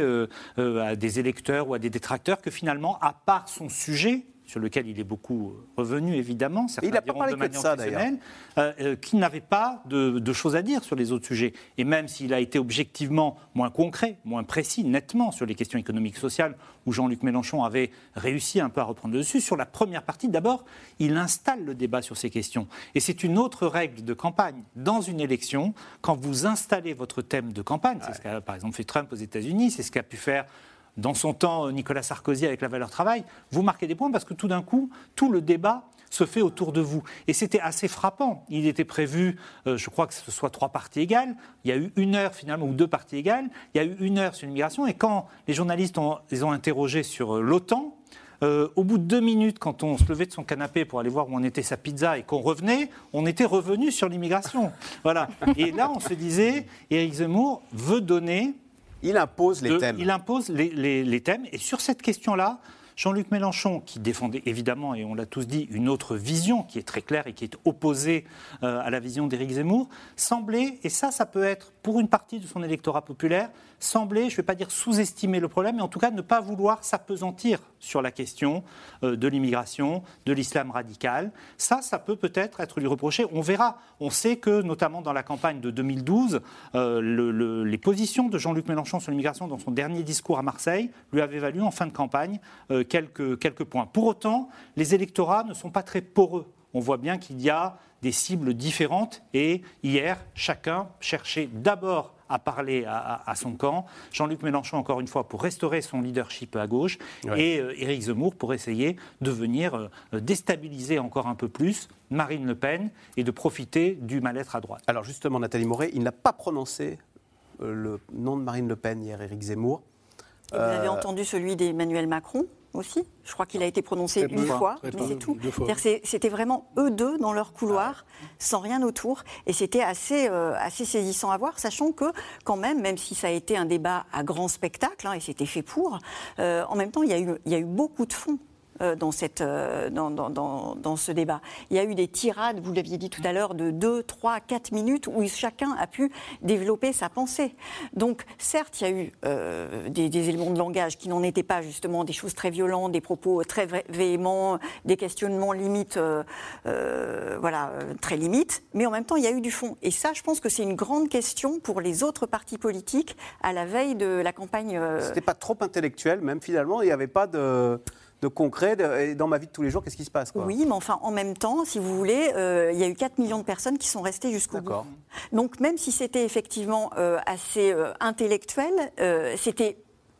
à des électeurs ou à des détracteurs que finalement, à part son sujet, sur lequel il est beaucoup revenu, évidemment, certains il a diront pas de manière de ça, obsessionnelle, euh, euh, qui n'avait pas de, de choses à dire sur les autres sujets. Et même s'il a été objectivement moins concret, moins précis, nettement sur les questions économiques, sociales, où Jean-Luc Mélenchon avait réussi un peu à reprendre le dessus, sur la première partie, d'abord, il installe le débat sur ces questions. Et c'est une autre règle de campagne. Dans une élection, quand vous installez votre thème de campagne, ouais. c'est ce qu'a par exemple fait Trump aux États-Unis, c'est ce qu'a pu faire dans son temps, Nicolas Sarkozy avec la valeur travail, vous marquez des points parce que tout d'un coup, tout le débat se fait autour de vous. Et c'était assez frappant. Il était prévu, euh, je crois que ce soit trois parties égales. Il y a eu une heure finalement, ou deux parties égales. Il y a eu une heure sur l'immigration. Et quand les journalistes ont, les ont interrogés sur euh, l'OTAN, Euh, au bout de deux minutes, quand on se levait de son canapé pour aller voir où en était sa pizza et qu'on revenait, on était revenu sur l'immigration. Voilà. Et là, on se disait, Éric Zemmour veut donner... Il impose les de, thèmes. Il impose les, les, les thèmes. Et sur cette question-là, Jean-Luc Mélenchon, qui défendait évidemment, et on l'a tous dit, une autre vision qui est très claire et qui est opposée euh, à la vision d'Éric Zemmour, semblait, et ça, ça peut être pour une partie de son électorat populaire, semblait, je ne vais pas dire sous-estimer le problème, mais en tout cas ne pas vouloir s'appesantir sur la question euh, de l'immigration, de l'islam radical. Ça, ça peut peut-être être lui reproché. On verra. On sait que, notamment dans la campagne de deux mille douze, euh, le, le, les positions de Jean-Luc Mélenchon sur l'immigration dans son dernier discours à Marseille lui avaient valu en fin de campagne euh, quelques, quelques points. Pour autant, les électorats ne sont pas très poreux. On voit bien qu'il y a des cibles différentes et hier, chacun cherchait d'abord à parler à, à, à son camp. Jean-Luc Mélenchon, encore une fois, pour restaurer son leadership à gauche ouais. et euh, Éric Zemmour pour essayer de venir euh, déstabiliser encore un peu plus Marine Le Pen et de profiter du mal-être à droite. Alors justement, Nathalie Moret, il n'a pas prononcé euh, le nom de Marine Le Pen hier, Éric Zemmour. Et vous avez euh... entendu celui d'Emmanuel Macron aussi. Je crois qu'il a été prononcé très une peu, fois, mais c'est tout. C'est, c'était vraiment eux deux dans leur couloir, ah. sans rien autour. Et c'était assez, euh, assez saisissant à voir, sachant que quand même, même si ça a été un débat à grand spectacle, hein, et c'était fait pour, euh, en même temps, il y a eu, il y a eu beaucoup de fond. Dans, cette, dans, dans, dans, dans ce débat. Il y a eu des tirades, vous l'aviez dit tout à l'heure, de deux, trois, quatre minutes où chacun a pu développer sa pensée. Donc, certes, il y a eu euh, des, des éléments de langage qui n'en étaient pas, justement, des choses très violentes, des propos très véhéments, des questionnements limites, euh, euh, voilà, très limites, mais en même temps, il y a eu du fond. Et ça, je pense que c'est une grande question pour les autres partis politiques à la veille de la campagne. Euh... C'était pas trop intellectuel, même finalement, il n'y avait pas de... de concret, de, dans ma vie de tous les jours, qu'est-ce qui se passe quoi ? Oui, mais enfin, en même temps, si vous voulez, euh, il y a eu quatre millions de personnes qui sont restées jusqu'au D'accord. bout. Donc, même si c'était effectivement euh, assez euh, intellectuel, euh, c'était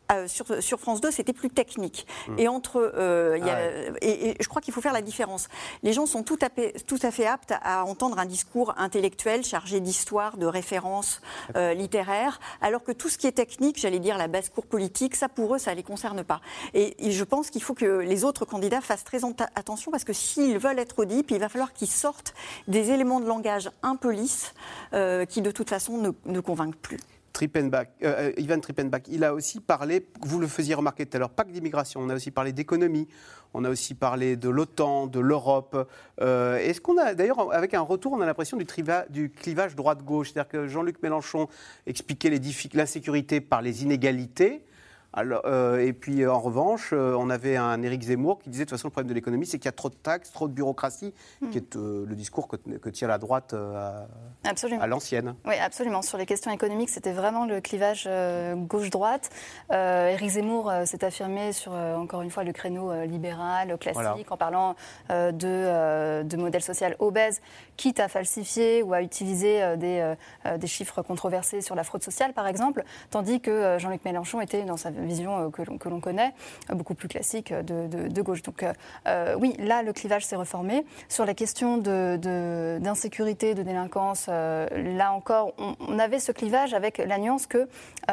Euh, sur, sur France deux, c'était plus technique. Mmh. Et, entre, euh, ah y a, ouais. et, et je crois qu'il faut faire la différence. Les gens sont tout à, fait, tout à fait aptes à entendre un discours intellectuel chargé d'histoire, de références euh, littéraires, alors que tout ce qui est technique, j'allais dire la basse-cour politique, ça pour eux, ça ne les concerne pas. Et, et je pense qu'il faut que les autres candidats fassent très attention, parce que s'ils veulent être audibles, il va falloir qu'ils sortent des éléments de langage un peu lisses, euh, qui de toute façon ne, ne convainquent plus. Trippenbach, euh, Ivan Trippenbach, il a aussi parlé, vous le faisiez remarquer tout à l'heure, pas que d'immigration, on a aussi parlé d'économie, on a aussi parlé de l'OTAN, de l'Europe. Euh, est-ce qu'on a, d'ailleurs, avec un retour, on a l'impression du, triva, du clivage droite-gauche, c'est-à-dire que Jean-Luc Mélenchon expliquait les diffic- l'insécurité par les inégalités. Alors, euh, et puis, en revanche, euh, on avait un Éric Zemmour qui disait, de toute façon, le problème de l'économie, c'est qu'il y a trop de taxes, trop de bureaucratie, mmh. qui est euh, le discours que, que tient la droite euh, à, à l'ancienne. Oui, absolument. Sur les questions économiques, c'était vraiment le clivage euh, gauche-droite. Euh, Éric Zemmour euh, s'est affirmé sur, euh, encore une fois, le créneau euh, libéral, classique, voilà. en parlant euh, de, euh, de modèle social obèse, quitte à falsifier ou à utiliser euh, des, euh, des chiffres controversés sur la fraude sociale, par exemple, tandis que euh, Jean-Luc Mélenchon était dans sa vision que l'on, que l'on connaît, beaucoup plus classique de, de, de gauche. Donc euh, oui, là, le clivage s'est reformé. Sur la question de, de, d'insécurité, de délinquance, euh, là encore, on, on avait ce clivage avec la nuance que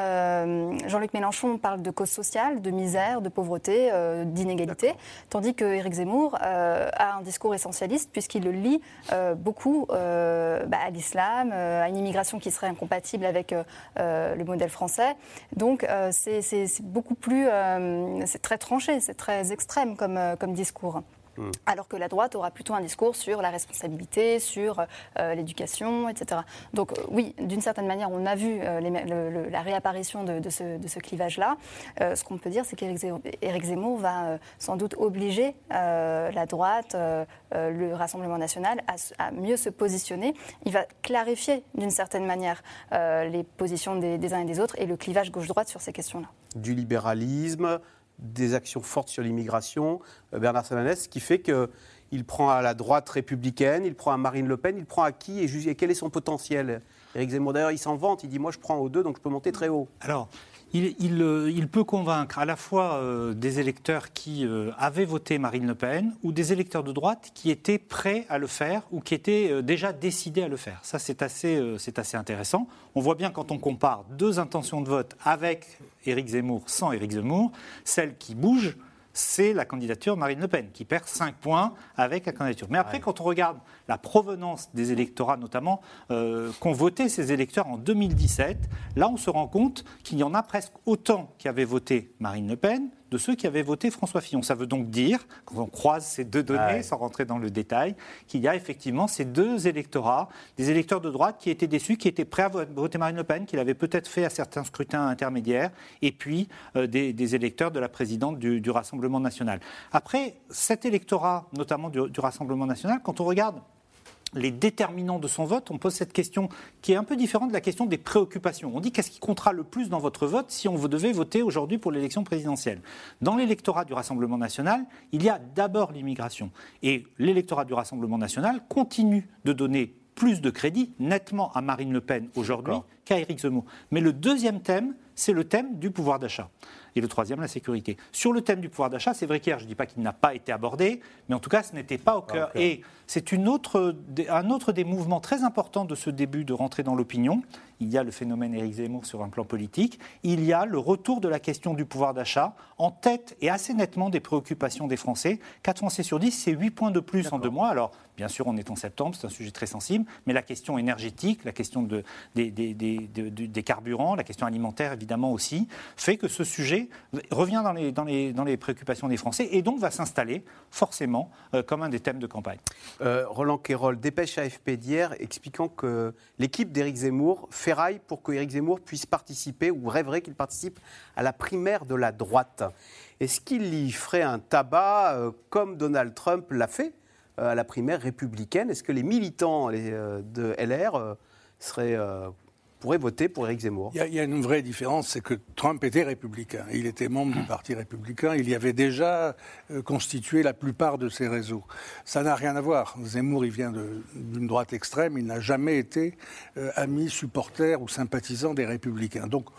euh, Jean-Luc Mélenchon parle de cause sociale, de misère, de pauvreté, euh, d'inégalité, D'accord. tandis que Éric Zemmour euh, a un discours essentialiste puisqu'il le lie euh, beaucoup euh, bah, à l'islam, euh, à une immigration qui serait incompatible avec euh, le modèle français. Donc euh, c'est, c'est, c'est beaucoup plus, euh, c'est très tranché, c'est très extrême comme, euh, comme discours. Mmh. Alors que la droite aura plutôt un discours sur la responsabilité, sur euh, l'éducation, et cetera. Donc euh, oui, d'une certaine manière, on a vu euh, les, le, le, la réapparition de, de, ce, de ce clivage-là. Euh, ce qu'on peut dire, c'est qu'Éric Zemmour, Éric Zemmour va euh, sans doute obliger euh, la droite, euh, euh, le Rassemblement national, à, à mieux se positionner. Il va clarifier d'une certaine manière euh, les positions des, des uns et des autres et le clivage gauche-droite sur ces questions-là. Du libéralisme, des actions fortes sur l'immigration, Bernard Samanès, ce qui fait qu'il prend à la droite républicaine, il prend à Marine Le Pen, il prend à qui et, et quel est son potentiel ? Éric Zemmour, d'ailleurs, il s'en vante, il dit « moi je prends aux deux, donc je peux monter très haut ». Alors, il, il, il peut convaincre à la fois euh, des électeurs qui euh, avaient voté Marine Le Pen ou des électeurs de droite qui étaient prêts à le faire ou qui étaient euh, déjà décidés à le faire. Ça, c'est assez, euh, c'est assez intéressant. On voit bien quand on compare deux intentions de vote avec Éric Zemmour, sans Éric Zemmour, celle qui bouge, c'est la candidature Marine Le Pen, qui perd cinq points avec la candidature. Mais après, ouais. quand on regarde la provenance des électorats, notamment, euh, qu'ont voté ces électeurs en deux mille dix-sept, là, on se rend compte qu'il y en a presque autant qui avaient voté Marine Le Pen de ceux qui avaient voté François Fillon. Ça veut donc dire, quand on croise ces deux données, ouais. sans rentrer dans le détail, qu'il y a effectivement ces deux électorats, des électeurs de droite qui étaient déçus, qui étaient prêts à voter Marine Le Pen, qu'il avait peut-être fait à certains scrutins intermédiaires, et puis euh, des, des électeurs de la présidente du, du Rassemblement national. Après, cet électorat, notamment du, du Rassemblement national, quand on regarde les déterminants de son vote, on pose cette question qui est un peu différente de la question des préoccupations. On dit qu'est-ce qui comptera le plus dans votre vote si on devait voter aujourd'hui pour l'élection présidentielle. Dans l'électorat du Rassemblement national, il y a d'abord l'immigration. Et l'électorat du Rassemblement national continue de donner plus de crédit nettement à Marine Le Pen aujourd'hui D'accord. qu'à Éric Zemmour. Mais le deuxième thème, c'est le thème du pouvoir d'achat. Et le troisième, la sécurité. Sur le thème du pouvoir d'achat, c'est vrai qu'hier, je ne dis pas qu'il n'a pas été abordé, mais en tout cas, ce n'était pas au cœur. Okay. Et c'est une autre, un autre des mouvements très importants de ce début de rentrée dans l'opinion. Il y a le phénomène Éric Zemmour sur un plan politique. Il y a le retour de la question du pouvoir d'achat en tête et assez nettement des préoccupations des Français. quatre Français sur dix, c'est huit points de plus D'accord. en deux mois. Alors, bien sûr, on est en septembre, c'est un sujet très sensible, mais la question énergétique, la question de, des, des, des, des, des carburants, la question alimentaire, évidemment aussi, fait que ce sujet revient dans les, dans les, dans les préoccupations des Français et donc va s'installer forcément euh, comme un des thèmes de campagne. Euh, Roland Quérol, dépêche A F P d'hier expliquant que l'équipe d'Éric Zemmour ferraille pour qu'Éric Zemmour puisse participer ou rêverait qu'il participe à la primaire de la droite. Est-ce qu'il y ferait un tabac euh, comme Donald Trump l'a fait euh, à la primaire républicaine ? Est-ce que les militants les, euh, de L R euh, seraient... Euh, pourrait voter pour Éric Zemmour. Il y, a, il y a une vraie différence, c'est que Trump était républicain. Il était membre du Parti républicain. Il y avait déjà euh, constitué la plupart de ses réseaux. Ça n'a rien à voir. Zemmour, il vient de, d'une droite extrême. Il n'a jamais été euh, ami, supporter ou sympathisant des républicains. Donc,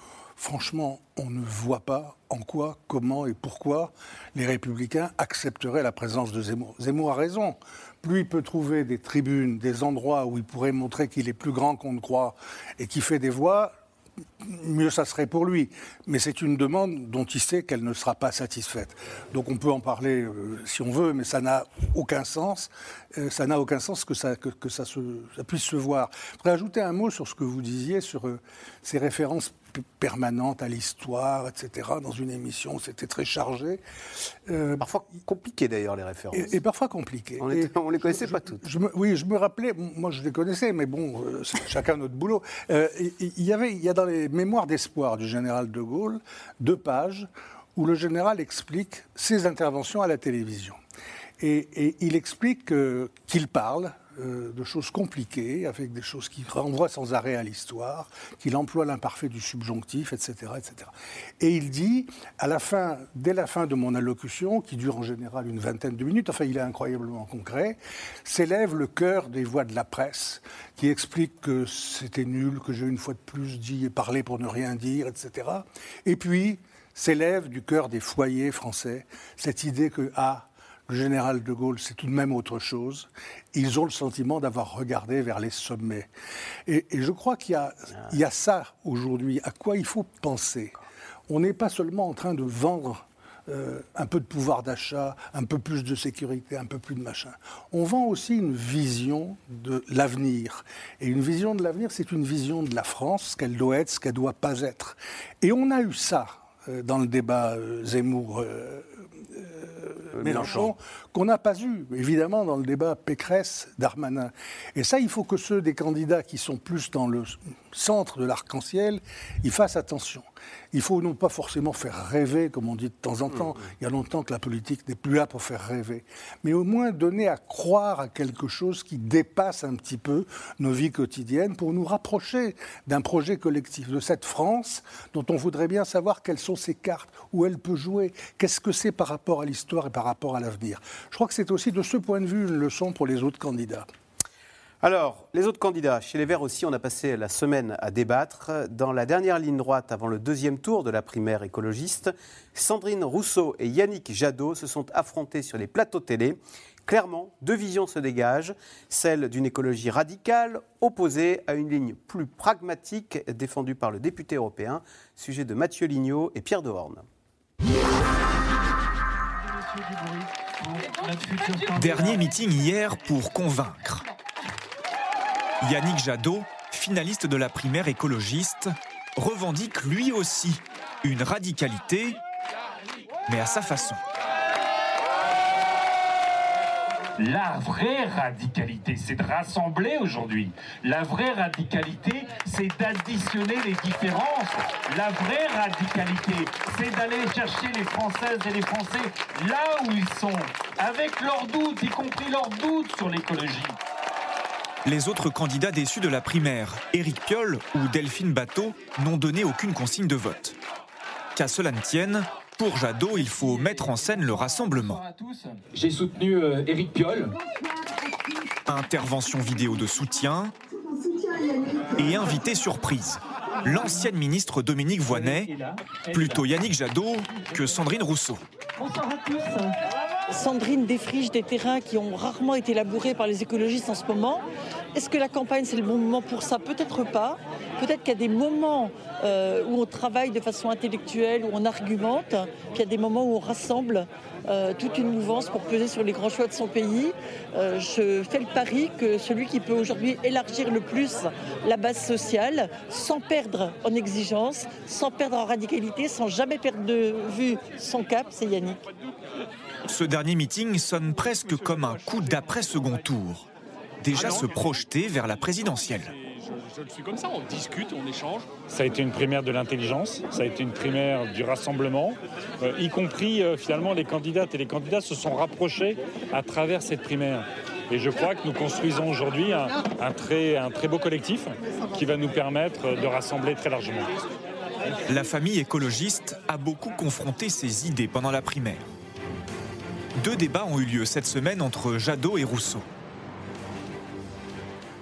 franchement, on ne voit pas en quoi, comment et pourquoi les Républicains accepteraient la présence de Zemmour. Zemmour a raison. Plus il peut trouver des tribunes, des endroits où il pourrait montrer qu'il est plus grand qu'on ne croit et qu'il fait des voix, mieux ça serait pour lui. Mais c'est une demande dont il sait qu'elle ne sera pas satisfaite. Donc on peut en parler euh, si on veut, mais ça n'a aucun sens. Euh, ça n'a aucun sens que ça, que, que ça, se, ça puisse se voir. Je voudrais ajouter un mot sur ce que vous disiez, sur euh, ces références permanente à l'histoire, et cetera, dans une émission, c'était très chargé. Euh, parfois compliqué d'ailleurs, les références. Et, et parfois compliqué. On ne les connaissait je, pas toutes. Je me, oui, je me rappelais, moi je les connaissais, mais bon, euh, c'est chacun notre boulot. Euh, il, y avait, il y a dans les Mémoires d'espoir du général de Gaulle, deux pages où le général explique ses interventions à la télévision. Et, et il explique euh, qu'il parle Euh, de choses compliquées, avec des choses qui renvoient sans arrêt à l'histoire, qu'il emploie l'imparfait du subjonctif, et cetera, et cetera. Et il dit, à la fin, dès la fin de mon allocution, qui dure en général une vingtaine de minutes, enfin il est incroyablement concret, s'élève le chœur des voix de la presse, qui explique que c'était nul, que j'ai une fois de plus dit et parlé pour ne rien dire, et cetera. Et puis s'élève du chœur des foyers français cette idée que, ah, le général de Gaulle, c'est tout de même autre chose. Ils ont le sentiment d'avoir regardé vers les sommets. Et, et je crois qu'il y a, il y a ça aujourd'hui, à quoi il faut penser. On n'est pas seulement en train de vendre euh, un peu de pouvoir d'achat, un peu plus de sécurité, un peu plus de machin. On vend aussi une vision de l'avenir. Et une vision de l'avenir, c'est une vision de la France, ce qu'elle doit être, ce qu'elle ne doit pas être. Et on a eu ça euh, dans le débat euh, Zemmour euh, Euh, Mélenchon, qu'on n'a pas eu, évidemment, dans le débat Pécresse-Darmanin. Et ça, il faut que ceux des candidats qui sont plus dans le centre de l'arc-en-ciel, ils fassent attention. Il faut non pas forcément faire rêver, comme on dit de temps en temps. Mmh. Il y a longtemps que la politique n'est plus là pour faire rêver. Mais au moins donner à croire à quelque chose qui dépasse un petit peu nos vies quotidiennes pour nous rapprocher d'un projet collectif, de cette France dont on voudrait bien savoir quelles sont ses cartes, où elle peut jouer, qu'est-ce que c'est par rapport à l'histoire et par rapport à l'avenir. Je crois que c'est aussi de ce point de vue une leçon pour les autres candidats. Alors, les autres candidats, chez les Verts aussi, on a passé la semaine à débattre. Dans la dernière ligne droite, avant le deuxième tour de la primaire écologiste, Sandrine Rousseau et Yannick Jadot se sont affrontés sur les plateaux télé. Clairement, deux visions se dégagent, celle d'une écologie radicale opposée à une ligne plus pragmatique défendue par le député européen, sujet de Mathieu Lignot et Pierre Dehorne. Dernier meeting hier pour convaincre. Yannick Jadot, finaliste de la primaire écologiste, revendique lui aussi une radicalité, mais à sa façon. La vraie radicalité, c'est de rassembler aujourd'hui. La vraie radicalité, c'est d'additionner les différences. La vraie radicalité, c'est d'aller chercher les Françaises et les Français là où ils sont, avec leurs doutes, y compris leurs doutes sur l'écologie. Les autres candidats déçus de la primaire, Éric Piolle ou Delphine Batho, n'ont donné aucune consigne de vote. Qu'à cela ne tienne, pour Jadot, il faut mettre en scène le rassemblement. J'ai soutenu euh, Éric Piolle. Intervention vidéo de soutien et invité surprise. L'ancienne ministre Dominique Voynet, plutôt Yannick Jadot que Sandrine Rousseau. Bonsoir à tous. Sandrine défriche des terrains qui ont rarement été labourés par les écologistes en ce moment. Est-ce que la campagne, c'est le bon moment pour ça? Peut-être pas. Peut-être qu'il y a des moments euh, où on travaille de façon intellectuelle, où on argumente, puis il y a des moments où on rassemble euh, toute une mouvance pour peser sur les grands choix de son pays. Euh, je fais le pari que celui qui peut aujourd'hui élargir le plus la base sociale, sans perdre en exigence, sans perdre en radicalité, sans jamais perdre de vue son cap, c'est Yannick. Ce dernier meeting sonne presque comme un coup d'après-second tour. Déjà se projeter vers la présidentielle. Je, je le suis comme ça, on discute, on échange. Ça a été une primaire de l'intelligence, ça a été une primaire du rassemblement, euh, y compris euh, finalement les candidates et les candidats se sont rapprochés à travers cette primaire. Et je crois que nous construisons aujourd'hui un, un, très, un très beau collectif qui va nous permettre de rassembler très largement. La famille écologiste a beaucoup confronté ses idées pendant la primaire. Deux débats ont eu lieu cette semaine entre Jadot et Rousseau. T'as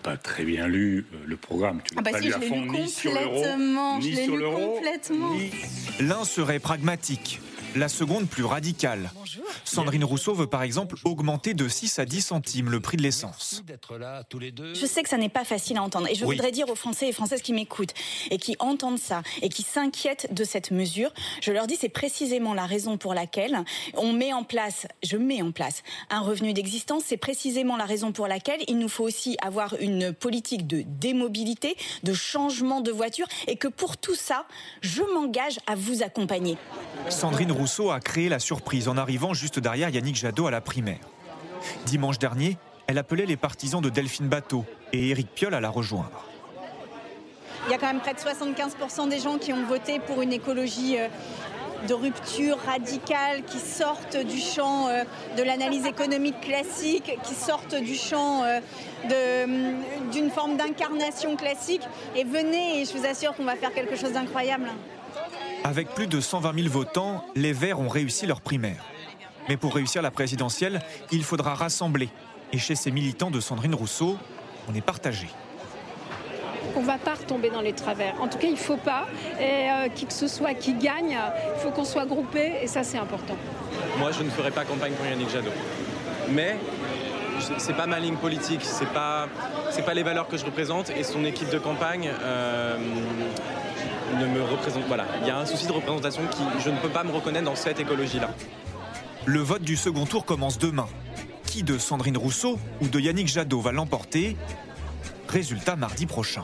pas très bien lu euh, le programme. Tu l'as ah bah pas si, lu je à l'ai fond, lu ni sur l'euro, complètement. ni Je l'ai sur lu l'euro. complètement. Ni... L'un serait pragmatique, la seconde plus radicale. Bonjour. Sandrine Rousseau veut par exemple augmenter de six à dix centimes le prix de l'essence. Je sais que ça n'est pas facile à entendre et je Oui. voudrais dire aux Français et Françaises qui m'écoutent et qui entendent ça et qui s'inquiètent de cette mesure, je leur dis c'est précisément la raison pour laquelle on met en place, je mets en place un revenu d'existence, c'est précisément la raison pour laquelle il nous faut aussi avoir une politique de démobilité, de changement de voiture et que pour tout ça, je m'engage à vous accompagner. Sandrine Rousseau a créé la surprise en arrivant juste derrière Yannick Jadot à la primaire. Dimanche dernier, elle appelait les partisans de Delphine Batho et Éric Piolle à la rejoindre. Il y a quand même près de soixante-quinze pour cent des gens qui ont voté pour une écologie euh, de rupture radicale, qui sortent du champ euh, de l'analyse économique classique, qui sortent du champ euh, de, d'une forme d'incarnation classique. Et venez, et je vous assure qu'on va faire quelque chose d'incroyable. Avec plus de cent vingt mille votants, les Verts ont réussi leur primaire. Mais pour réussir la présidentielle, il faudra rassembler. Et chez ces militants de Sandrine Rousseau, on est partagé. On ne va pas retomber dans les travers. En tout cas, il ne faut pas. Et euh, qui que ce soit qui gagne, il faut qu'on soit groupé et ça, c'est important. Moi, je ne ferai pas campagne pour Yannick Jadot. Mais c'est pas ma ligne politique, c'est pas, c'est pas les valeurs que je représente et son équipe de campagne euh, ne me représente. Voilà, il y a un souci de représentation qui, je ne peux pas me reconnaître dans cette écologie-là. Le vote du second tour commence demain. Qui de Sandrine Rousseau ou de Yannick Jadot va l'emporter ? Résultat mardi prochain.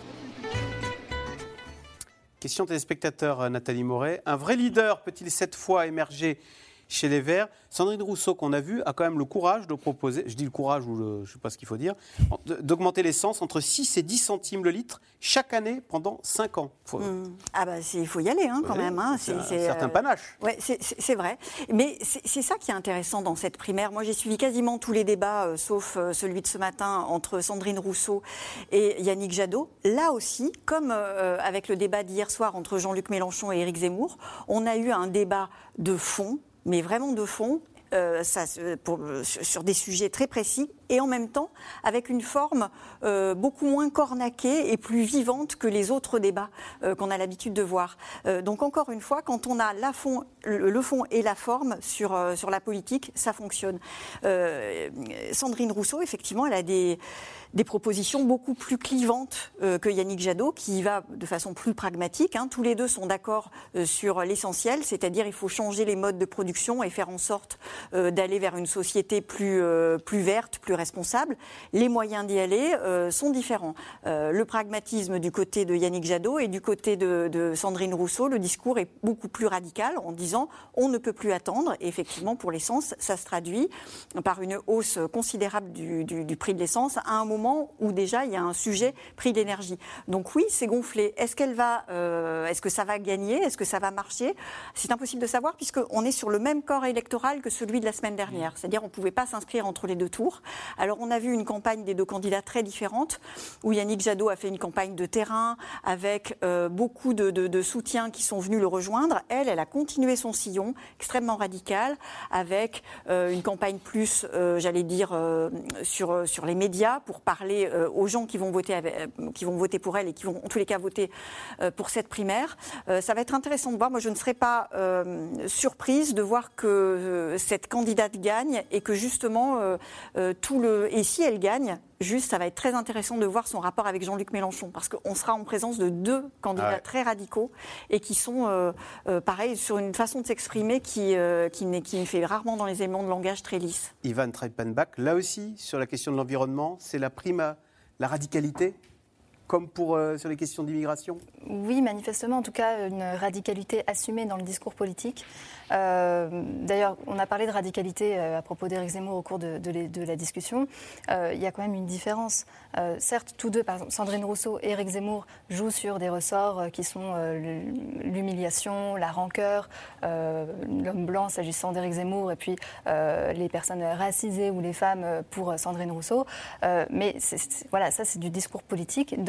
Question téléspectateur Nathalie Moret. Un vrai leader peut-il cette fois émerger chez les Verts? Sandrine Rousseau, qu'on a vu, a quand même le courage de proposer, je dis le courage ou le, je ne sais pas ce qu'il faut dire, d'augmenter l'essence entre six et dix centimes le litre chaque année pendant cinq ans. Faut... Mmh. Ah bah il faut y aller hein, quand oui, même. Hein. C'est, c'est un certain euh... panache. Ouais, c'est, c'est, c'est vrai. Mais c'est, c'est ça qui est intéressant dans cette primaire. Moi j'ai suivi quasiment tous les débats, euh, sauf euh, celui de ce matin entre Sandrine Rousseau et Yannick Jadot. Là aussi, comme euh, avec le débat d'hier soir entre Jean-Luc Mélenchon et Éric Zemmour, on a eu un débat de fond, mais vraiment de fond, euh, ça, pour, sur des sujets très précis, et en même temps avec une forme euh, beaucoup moins cornaquée et plus vivante que les autres débats euh, qu'on a l'habitude de voir. Euh, donc encore une fois, quand on a la fond, le, le fond et la forme sur, euh, sur la politique, ça fonctionne. Euh, Sandrine Rousseau, effectivement, elle a des... des propositions beaucoup plus clivantes euh, que Yannick Jadot, qui y va de façon plus pragmatique. Hein. Tous les deux sont d'accord euh, sur l'essentiel, c'est-à-dire il faut changer les modes de production et faire en sorte euh, d'aller vers une société plus, euh, plus verte, plus responsable. Les moyens d'y aller euh, sont différents. Euh, le pragmatisme du côté de Yannick Jadot et du côté de, de Sandrine Rousseau, le discours est beaucoup plus radical en disant on ne peut plus attendre. Et effectivement, pour l'essence, ça se traduit par une hausse considérable du, du, du prix de l'essence à un moment où déjà il y a un sujet prix d'énergie. Donc oui, c'est gonflé. Est-ce qu'elle va, euh, est-ce que ça va gagner? Est-ce que ça va marcher? C'est impossible de savoir puisqu'on est sur le même corps électoral que celui de la semaine dernière. C'est-à-dire on ne pouvait pas s'inscrire entre les deux tours. Alors on a vu une campagne des deux candidats très différente où Yannick Jadot a fait une campagne de terrain avec euh, beaucoup de, de, de soutiens qui sont venus le rejoindre. Elle, elle a continué son sillon extrêmement radical avec euh, une campagne plus, euh, j'allais dire, euh, sur, sur les médias pour parler euh, aux gens qui vont, voter avec, euh, qui vont voter pour elle et qui vont en tous les cas voter euh, pour cette primaire. Euh, ça va être intéressant de voir. Moi, je ne serais pas euh, surprise de voir que euh, cette candidate gagne et que justement, euh, euh, tout le... et si elle gagne, juste, ça va être très intéressant de voir son rapport avec Jean-Luc Mélenchon, parce qu'on sera en présence de deux candidats ah ouais. très radicaux et qui sont, euh, euh, pareil, sur une façon de s'exprimer qui, euh, qui, n'est, qui fait rarement dans les éléments de langage très lisses. Ivan Treipenbach, là aussi, sur la question de l'environnement, c'est la prime à la radicalité, comme pour, euh, sur les questions d'immigration? Oui, manifestement, en tout cas, une radicalité assumée dans le discours politique. Euh, d'ailleurs, on a parlé de radicalité euh, à propos d'Éric Zemmour au cours de, de, de la discussion. Euh, il y a quand même une différence. Euh, certes, tous deux, par exemple, Sandrine Rousseau et Éric Zemmour jouent sur des ressorts euh, qui sont euh, l'humiliation, la rancœur, euh, l'homme blanc s'agissant d'Éric Zemmour et puis euh, les personnes racisées ou les femmes pour Sandrine Rousseau. Euh, mais c'est, c'est, voilà, ça, c'est du discours politique. Dans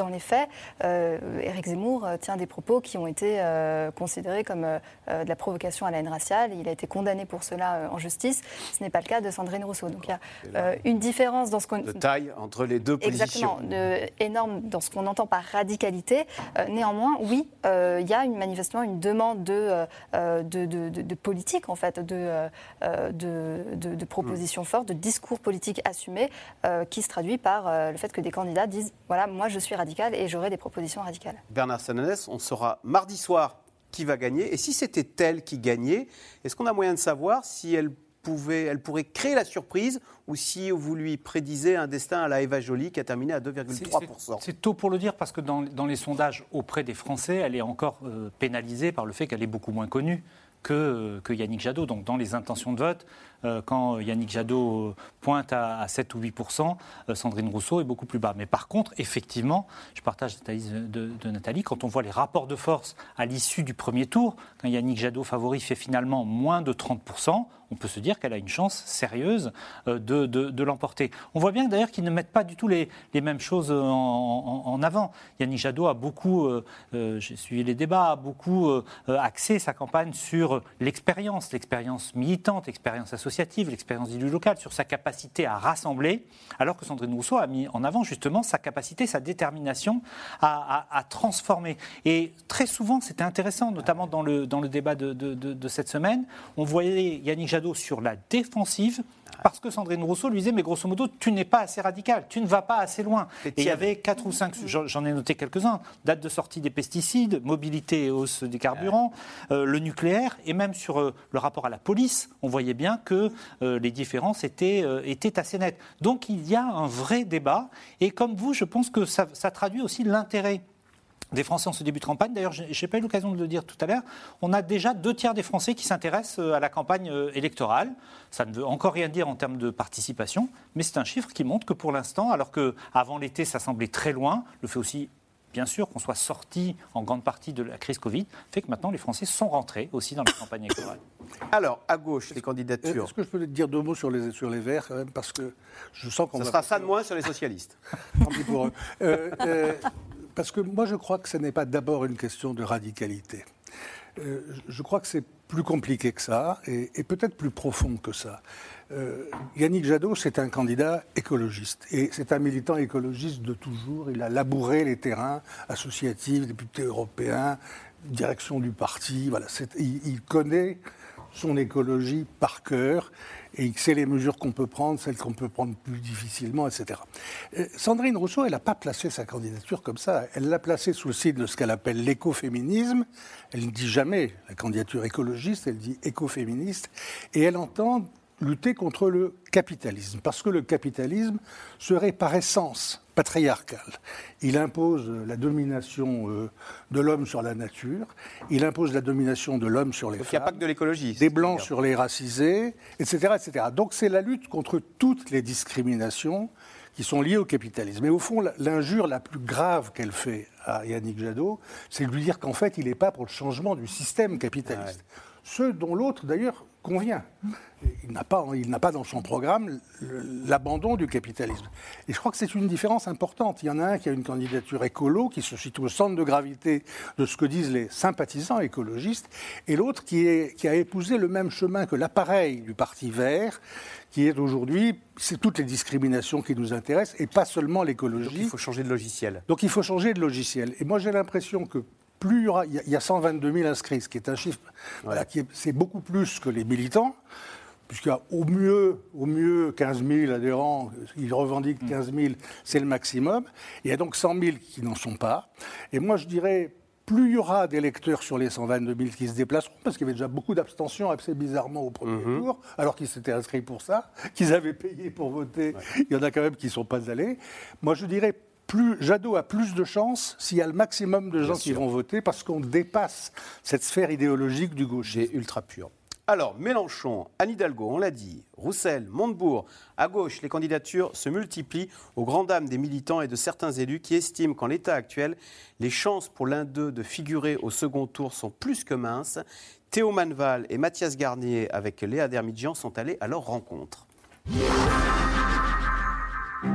dans les faits, euh, Éric Zemmour tient des propos qui ont été euh, considérés comme euh, de la provocation à la haine raciale. Il a été condamné pour cela euh, en justice. Ce n'est pas le cas de Sandrine Rousseau. Donc il y a euh, une différence dans ce qu'on... De taille entre les deux positions. Exactement, de, énorme dans ce qu'on entend par radicalité. Euh, néanmoins, oui, euh, il y a une, manifestement une demande de, euh, de, de, de, de politique, en fait, de, euh, de, de, de propositions mmh. fortes, de discours politiques assumés, euh, qui se traduit par euh, le fait que des candidats disent « voilà, moi je suis radical et j'aurai des propositions radicales ». Bernard Sananès, on saura mardi soir qui va gagner. Et si c'était elle qui gagnait, est-ce qu'on a moyen de savoir si elle Pouvait, elle pourrait créer la surprise ou si vous lui prédisez un destin à la Eva Joly qui a terminé à deux virgule trois pour cent. C'est, c'est tôt pour le dire parce que dans, dans les sondages auprès des Français, elle est encore euh, pénalisée par le fait qu'elle est beaucoup moins connue que, que Yannick Jadot. Donc dans les intentions de vote, euh, quand Yannick Jadot euh, pointe à, à sept ou huit pour cent, euh, Sandrine Rousseau est beaucoup plus bas. Mais par contre, effectivement, je partage l'analyse de, de Nathalie, quand on voit les rapports de force à l'issue du premier tour, quand Yannick Jadot favori fait finalement moins de trente pour cent, on peut se dire qu'elle a une chance sérieuse de, de, de l'emporter. On voit bien d'ailleurs qu'ils ne mettent pas du tout les, les mêmes choses en, en, en avant. Yannick Jadot a beaucoup, euh, euh, j'ai suivi les débats, a beaucoup euh, axé sa campagne sur l'expérience, l'expérience militante, l'expérience associative, l'expérience d'élu local, sur sa capacité à rassembler, alors que Sandrine Rousseau a mis en avant justement sa capacité, sa détermination à, à, à transformer. Et très souvent, c'était intéressant, notamment dans le, dans le débat de, de, de, de cette semaine, on voyait Yannick Jadot sur la défensive, parce que Sandrine Rousseau lui disait, mais grosso modo, tu n'es pas assez radical, tu ne vas pas assez loin. Et il y avait quatre ou cinq, j'en ai noté quelques-uns, date de sortie des pesticides, mobilité et hausse des carburants, euh, le nucléaire, et même sur euh, le rapport à la police, on voyait bien que euh, les différences étaient, euh, étaient assez nettes. Donc il y a un vrai débat, et comme vous, je pense que ça, ça traduit aussi l'intérêt des Français en ce début de campagne. D'ailleurs, je n'ai pas eu l'occasion de le dire tout à l'heure, on a déjà deux tiers des Français qui s'intéressent à la campagne électorale. Ça ne veut encore rien dire en termes de participation, mais c'est un chiffre qui montre que pour l'instant, alors qu'avant l'été, ça semblait très loin, le fait aussi, bien sûr, qu'on soit sorti en grande partie de la crise Covid, fait que maintenant les Français sont rentrés aussi dans la campagne électorale. Alors, à gauche, les candidatures. Est-ce que je peux te dire deux mots sur les, sur les Verts, quand même, parce que je sens qu'on ça va... sera ça de moins sur les socialistes. Tant pis pour eux. Euh, euh, Parce que moi, je crois que ce n'est pas d'abord une question de radicalité. Euh, je crois que c'est plus compliqué que ça, et, et peut-être plus profond que ça. Euh, Yannick Jadot, c'est un candidat écologiste, et c'est un militant écologiste de toujours. Il a labouré les terrains associatifs, député européen, direction du parti. Voilà, il, il connaît son écologie par cœur, et il sait les mesures qu'on peut prendre, celles qu'on peut prendre plus difficilement, et cetera. Euh, Sandrine Rousseau, elle n'a pas placé sa candidature comme ça. Elle l'a placée sous le signe de ce qu'elle appelle l'écoféminisme. Elle ne dit jamais la candidature écologiste, elle dit écoféministe. Et elle entend lutter contre le capitalisme, parce que le capitalisme serait par essence patriarcal. Il impose la domination euh, de l'homme sur la nature, il impose la domination de l'homme sur les Donc femmes. Il n'y a pas que de l'écologie. Des blancs sur les racisés, et cetera, et cetera. Donc c'est la lutte contre toutes les discriminations qui sont liées au capitalisme. Et au fond, l'injure la plus grave qu'elle fait à Yannick Jadot, c'est de lui dire qu'en fait, il n'est pas pour le changement du système capitaliste. Ouais. Ce dont l'autre, d'ailleurs, convient. Il n'a pas, il n'a pas dans son programme l'abandon du capitalisme. Et je crois que c'est une différence importante. Il y en a un qui a une candidature écolo, qui se situe au centre de gravité de ce que disent les sympathisants écologistes, et l'autre qui, est, qui a épousé le même chemin que l'appareil du Parti vert, qui est aujourd'hui, c'est toutes les discriminations qui nous intéressent, et pas seulement l'écologie. Donc il faut changer de logiciel. Donc il faut changer de logiciel. Et moi j'ai l'impression que plus il y aura, il y a cent vingt-deux mille inscrits, ce qui est un chiffre, ouais. voilà, qui est, c'est beaucoup plus que les militants, puisqu'il y a au mieux, au mieux quinze mille adhérents, ils revendiquent quinze mille, c'est le maximum. Il y a donc cent mille qui n'en sont pas. Et moi je dirais, plus il y aura d'électeurs sur les cent vingt-deux mille qui se déplaceront, parce qu'il y avait déjà beaucoup d'abstentions assez bizarrement au premier mmh. tour, alors qu'ils s'étaient inscrits pour ça, qu'ils avaient payé pour voter, ouais. Il y en a quand même qui ne sont pas allés. Moi je dirais, plus, Jadot a plus de chances s'il y a le maximum de gens Bien qui sûr. vont voter, parce qu'on dépasse cette sphère idéologique du gaucher ultra pur. Alors, Mélenchon, Anne Hidalgo, on l'a dit, Roussel, Montebourg, à gauche, les candidatures se multiplient aux grandes dames des militants et de certains élus qui estiment qu'en l'état actuel, les chances pour l'un d'eux de figurer au second tour sont plus que minces. Théo Manval et Mathias Garnier, avec Léa Dermidjian, sont allés à leur rencontre.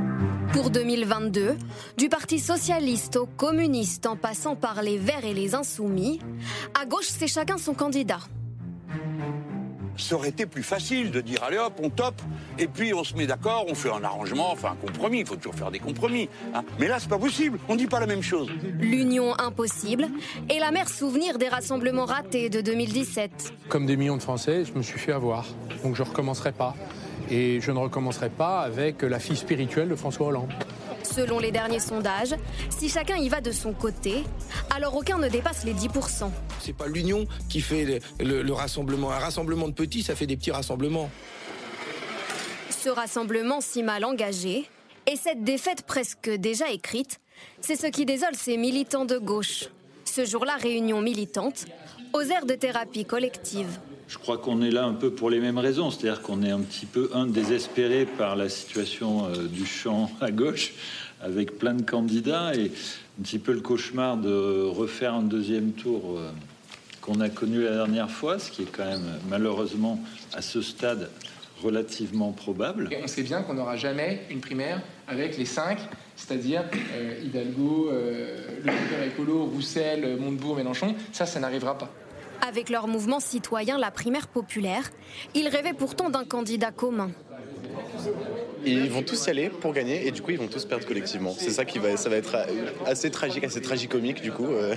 Pour deux mille vingt-deux, du Parti socialiste aux communistes en passant par les Verts et les Insoumis, à gauche, c'est chacun son candidat. Ça aurait été plus facile de dire allez hop, on top, et puis on se met d'accord, on fait un arrangement, enfin un compromis, il faut toujours faire des compromis. Hein. Mais là, c'est pas possible, on dit pas la même chose. L'union impossible et l'amère souvenir des rassemblements ratés de deux mille dix-sept. Comme des millions de Français, je me suis fait avoir, donc je recommencerai pas. Et je ne recommencerai pas avec la fille spirituelle de François Hollande. Selon les derniers sondages, si chacun y va de son côté, alors aucun ne dépasse les dix pour cent. C'est pas l'union qui fait le, le, le rassemblement. Un rassemblement de petits, ça fait des petits rassemblements. Ce rassemblement si mal engagé, et cette défaite presque déjà écrite, c'est ce qui désole ces militants de gauche. Ce jour-là, réunion militante, aux aires de thérapie collective. Je crois qu'on est là un peu pour les mêmes raisons, c'est-à-dire qu'on est un petit peu un désespéré par la situation euh, du champ à gauche, avec plein de candidats, et un petit peu le cauchemar de refaire un deuxième tour euh, qu'on a connu la dernière fois, ce qui est quand même malheureusement à ce stade relativement probable. Et on sait bien qu'on n'aura jamais une primaire avec les cinq, c'est-à-dire euh, Hidalgo, euh, le leader écolo, Roussel, Montebourg, Mélenchon. Ça, ça n'arrivera pas. Avec leur mouvement citoyen, la primaire populaire, ils rêvaient pourtant d'un candidat commun. Ils vont tous y aller pour gagner et du coup ils vont tous perdre collectivement. C'est ça qui va, ça va être assez tragique, assez tragicomique du coup, euh,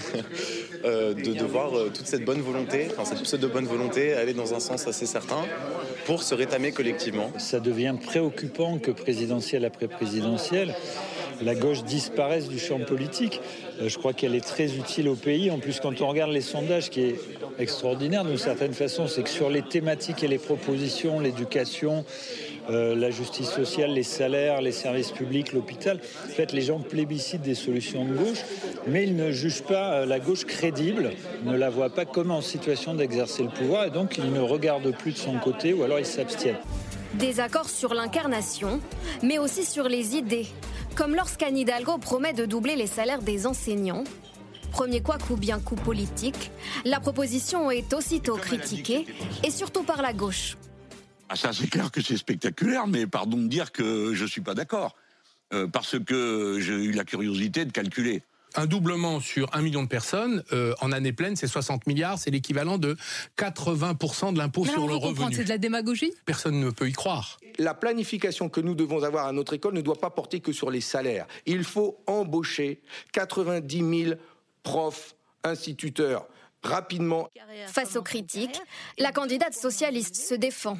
euh, de, de voir euh, toute cette bonne volonté, enfin cette pseudo bonne volonté aller dans un sens assez certain pour se rétamer collectivement. Ça devient préoccupant que présidentielle après présidentielle, la gauche disparaisse du champ politique. Euh, je crois qu'elle est très utile au pays. En plus, quand on regarde les sondages, ce qui est extraordinaire d'une certaine façon, c'est que sur les thématiques et les propositions, l'éducation, Euh, la justice sociale, les salaires, les services publics, l'hôpital. En fait, les gens plébiscitent des solutions de gauche, mais ils ne jugent pas euh, la gauche crédible, ne la voient pas comme en situation d'exercer le pouvoir, et donc ils ne regardent plus de son côté, ou alors ils s'abstiennent. Des accords sur l'incarnation, mais aussi sur les idées, comme lorsqu'Anne Hidalgo promet de doubler les salaires des enseignants. Premier couac ou bien coup politique, la proposition est aussitôt critiquée, et surtout par la gauche. Ah, ça, c'est clair que c'est spectaculaire, mais pardon de dire que je ne suis pas d'accord. Euh, parce que j'ai eu la curiosité de calculer. Un doublement sur un million de personnes, euh, en année pleine, c'est soixante milliards, c'est l'équivalent de quatre-vingts pour cent de l'impôt sur le revenu. C'est de la démagogie ? Personne ne peut y croire. La planification que nous devons avoir à notre école ne doit pas porter que sur les salaires. Il faut embaucher quatre-vingt-dix mille profs, instituteurs, rapidement. Face aux critiques, la candidate socialiste se défend.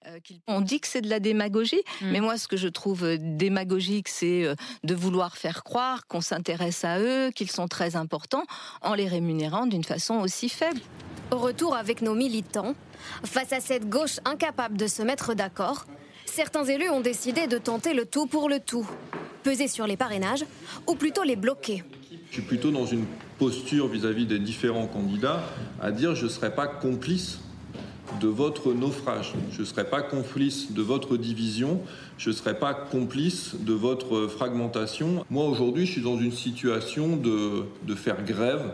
On dit que c'est de la démagogie, mmh. mais moi ce que je trouve démagogique, c'est de vouloir faire croire qu'on s'intéresse à eux, qu'ils sont très importants, en les rémunérant d'une façon aussi faible. Retour avec nos militants. Face à cette gauche incapable de se mettre d'accord, certains élus ont décidé de tenter le tout pour le tout. Peser sur les parrainages, ou plutôt les bloquer. Je suis plutôt dans une posture vis-à-vis des différents candidats à dire je ne serai pas complice de votre naufrage, je ne serai pas complice de votre division, je ne serai pas complice de votre fragmentation. Moi aujourd'hui je suis dans une situation de, de faire grève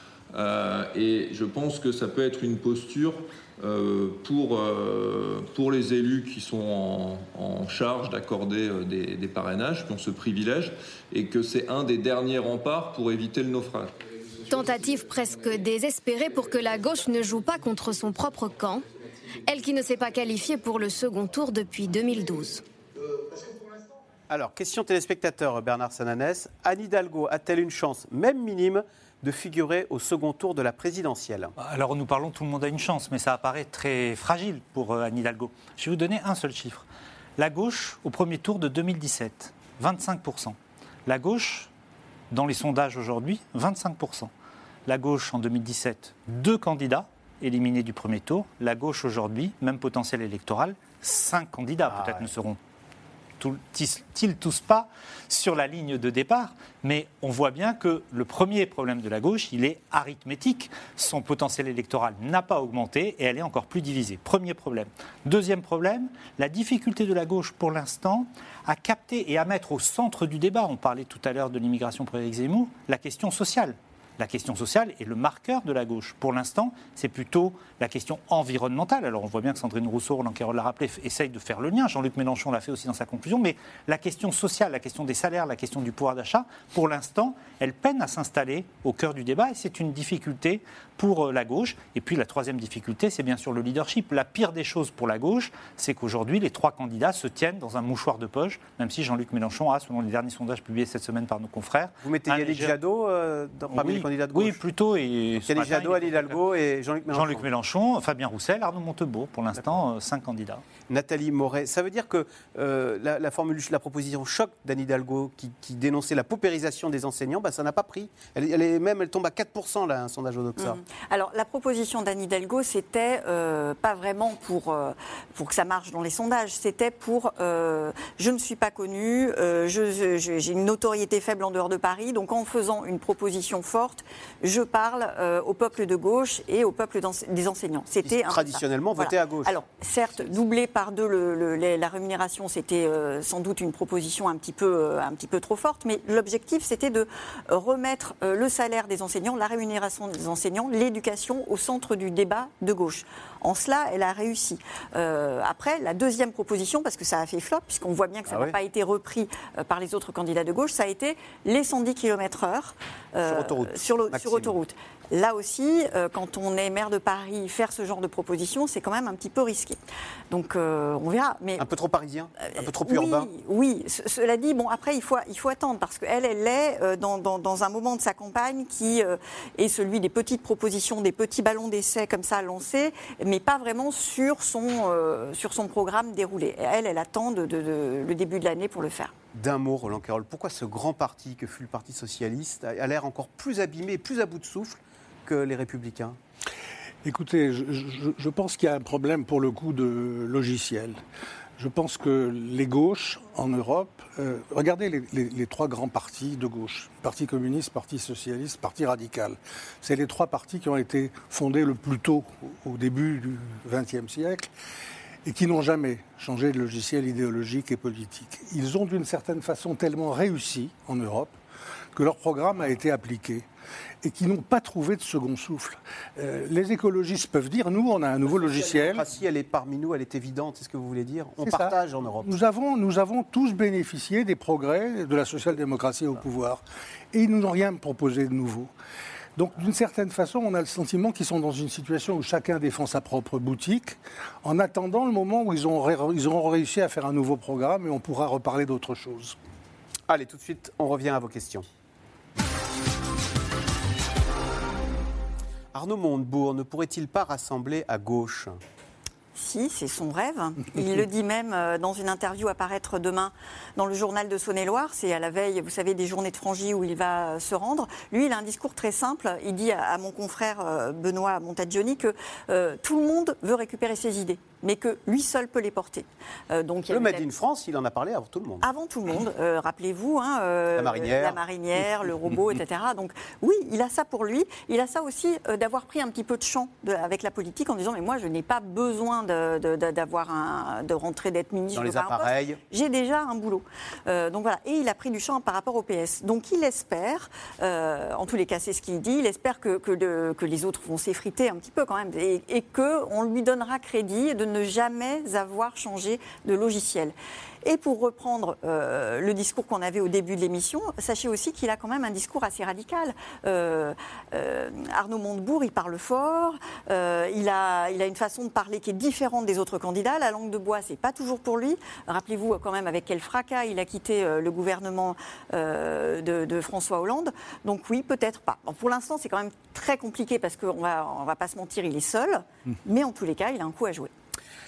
euh, et je pense que ça peut être une posture euh, pour, euh, pour les élus qui sont en, en charge d'accorder des, des parrainages, qui ont ce privilège, et que c'est un des derniers remparts pour éviter le naufrage. Tentative presque désespérée pour que la gauche ne joue pas contre son propre camp, elle qui ne s'est pas qualifiée pour le second tour depuis deux mille douze. Alors, question téléspectateur, Bernard Sananès. Anne Hidalgo a-t-elle une chance, même minime, de figurer au second tour de la présidentielle? Alors nous parlons, tout le monde a une chance, mais ça apparaît très fragile pour Anne Hidalgo. Je vais vous donner un seul chiffre. La gauche, au premier tour de deux mille dix-sept, vingt-cinq pour cent. La gauche, dans les sondages aujourd'hui, vingt-cinq pour cent. La gauche, en deux mille dix-sept, deux candidats éliminés du premier tour. La gauche, aujourd'hui, même potentiel électoral, cinq candidats ah, peut-être ouais. ne seront ils tous pas sur la ligne de départ, mais on voit bien que le premier problème de la gauche, il est arithmétique. Son potentiel électoral n'a pas augmenté et elle est encore plus divisée. Premier problème. Deuxième problème, la difficulté de la gauche pour l'instant à capter et à mettre au centre du débat, on parlait tout à l'heure de l'immigration pour Éric Zemmour, la question sociale. la question sociale est le marqueur de la gauche. Pour l'instant, c'est plutôt la question environnementale. Alors on voit bien que Sandrine Rousseau, Roland Quérol l'a rappelé, essaye de faire le lien. Jean-Luc Mélenchon l'a fait aussi dans sa conclusion. Mais la question sociale, la question des salaires, la question du pouvoir d'achat, pour l'instant, elle peine à s'installer au cœur du débat. Et c'est une difficulté pour la gauche. Et puis la troisième difficulté, c'est bien sûr le leadership. La pire des choses pour la gauche, c'est qu'aujourd'hui, les trois candidats se tiennent dans un mouchoir de poche, même si Jean-Luc Mélenchon a, selon les derniers sondages publiés cette semaine par nos confrères... Vous mettez Yannick léger... Jadot euh, dans, parmi oui, les candidats de gauche? Oui, plutôt. Et Yannick Jadot, Anne Hidalgo et Jean-Luc Mélenchon. Jean-Luc Mélenchon, Fabien Roussel, Arnaud Montebourg. Pour l'instant, euh, cinq candidats. Nathalie Moret, ça veut dire que euh, la, la, formule, la proposition choc d'Anne Hidalgo qui, qui dénonçait la paupérisation des enseignants, bah, ça n'a pas pris. Elle, elle, est même, elle tombe à quatre pour cent, là, un sondage Odoxa. Mmh. Alors, la proposition d'Anne Hidalgo, c'était euh, pas vraiment pour, euh, pour que ça marche dans les sondages, c'était pour euh, je ne suis pas connue, euh, je, je, j'ai une notoriété faible en dehors de Paris, donc en faisant une proposition forte, je parle euh, au peuple de gauche et au peuple des enseignants. C'était traditionnellement voté voilà. à gauche. Alors, certes, doublé par deux le, le, la rémunération, c'était euh, sans doute une proposition un petit peu, euh, un petit peu trop forte, mais l'objectif, c'était de remettre euh, le salaire des enseignants, la rémunération des enseignants, l'éducation au centre du débat de gauche. En cela, elle a réussi. Euh, après, la deuxième proposition, parce que ça a fait flop, puisqu'on voit bien que ça ah n'a oui. pas été repris euh, par les autres candidats de gauche, ça a été les cent dix kilomètres heure euh, sur autoroute. Sur, le, sur autoroute. Là aussi, euh, quand on est maire de Paris, faire ce genre de proposition, c'est quand même un petit peu risqué. Donc, euh, on verra. Mais, un peu trop parisien, un peu trop oui, urbain. Oui, C- cela dit, bon, après, il faut, il faut attendre, parce qu'elle, elle est euh, dans, dans, dans un moment de sa campagne qui euh, est celui des petites propositions, des petits ballons d'essai comme ça lancés, mais pas vraiment sur son, euh, sur son programme déroulé. Elle, elle attend de, de, de, le début de l'année pour le faire. D'un mot, Roland Quérol, pourquoi ce grand parti que fut le Parti socialiste a l'air encore plus abîmé, plus à bout de souffle que les Républicains? Écoutez, je, je, je pense qu'il y a un problème pour le coup de logiciel. Je pense que les gauches en Europe, euh, regardez les, les, les trois grands partis de gauche, Parti communiste, Parti socialiste, Parti radical. C'est les trois partis qui ont été fondés le plus tôt, au début du vingtième siècle, et qui n'ont jamais changé de logiciel idéologique et politique. Ils ont d'une certaine façon tellement réussi en Europe que leur programme a été appliqué et qui n'ont pas trouvé de second souffle. Euh, les écologistes peuvent dire, nous, on a un nouveau logiciel. La démocratie, elle est parmi nous, elle est évidente, c'est ce que vous voulez dire. On partage ça. En Europe. Nous avons, nous avons tous bénéficié des progrès de la social-démocratie au pouvoir. Et ils ne nous ont rien proposé de nouveau. Donc, d'une certaine façon, on a le sentiment qu'ils sont dans une situation où chacun défend sa propre boutique, en attendant le moment où ils, ont, ils auront réussi à faire un nouveau programme et on pourra reparler d'autre chose. Allez, tout de suite, on revient à vos questions. Arnaud Montebourg ne pourrait-il pas rassembler à gauche ? Si, c'est son rêve. Il le dit même dans une interview à paraître demain dans le journal de Saône-et-Loire. C'est à la veille, vous savez, des journées de Frangy où il va se rendre. Lui, il a un discours très simple. Il dit à mon confrère Benoît Montagioni que euh, tout le monde veut récupérer ses idées, mais que lui seul peut les porter. Euh, donc, le Made in France, il en a parlé avant tout le monde. Avant tout le monde, euh, rappelez-vous. Hein, euh, la marinière. La marinière, le robot, et cetera. Donc oui, il a ça pour lui. Il a ça aussi euh, d'avoir pris un petit peu de champ de, avec la politique en disant, mais moi, je n'ai pas besoin de, de, de, d'avoir un, de rentrer, d'être ministre. Dans les appareils. J'ai déjà un boulot. Euh, donc voilà. Et il a pris du champ par rapport au P S. Donc il espère, euh, en tous les cas, c'est ce qu'il dit, il espère que, que, de, que les autres vont s'effriter un petit peu quand même et, et qu'on lui donnera crédit de ne jamais avoir changé de logiciel. Et pour reprendre euh, le discours qu'on avait au début de l'émission, sachez aussi qu'il a quand même un discours assez radical. Euh, euh, Arnaud Montebourg, il parle fort, euh, il, a, il a une façon de parler qui est différente des autres candidats. La langue de bois, c'est pas toujours pour lui. Rappelez-vous quand même avec quel fracas il a quitté euh, le gouvernement euh, de, de François Hollande. Donc oui, peut-être pas. Bon, pour l'instant, c'est quand même très compliqué parce qu'on va, on va pas se mentir, il est seul. Mmh. Mais en tous les cas, il a un coup à jouer.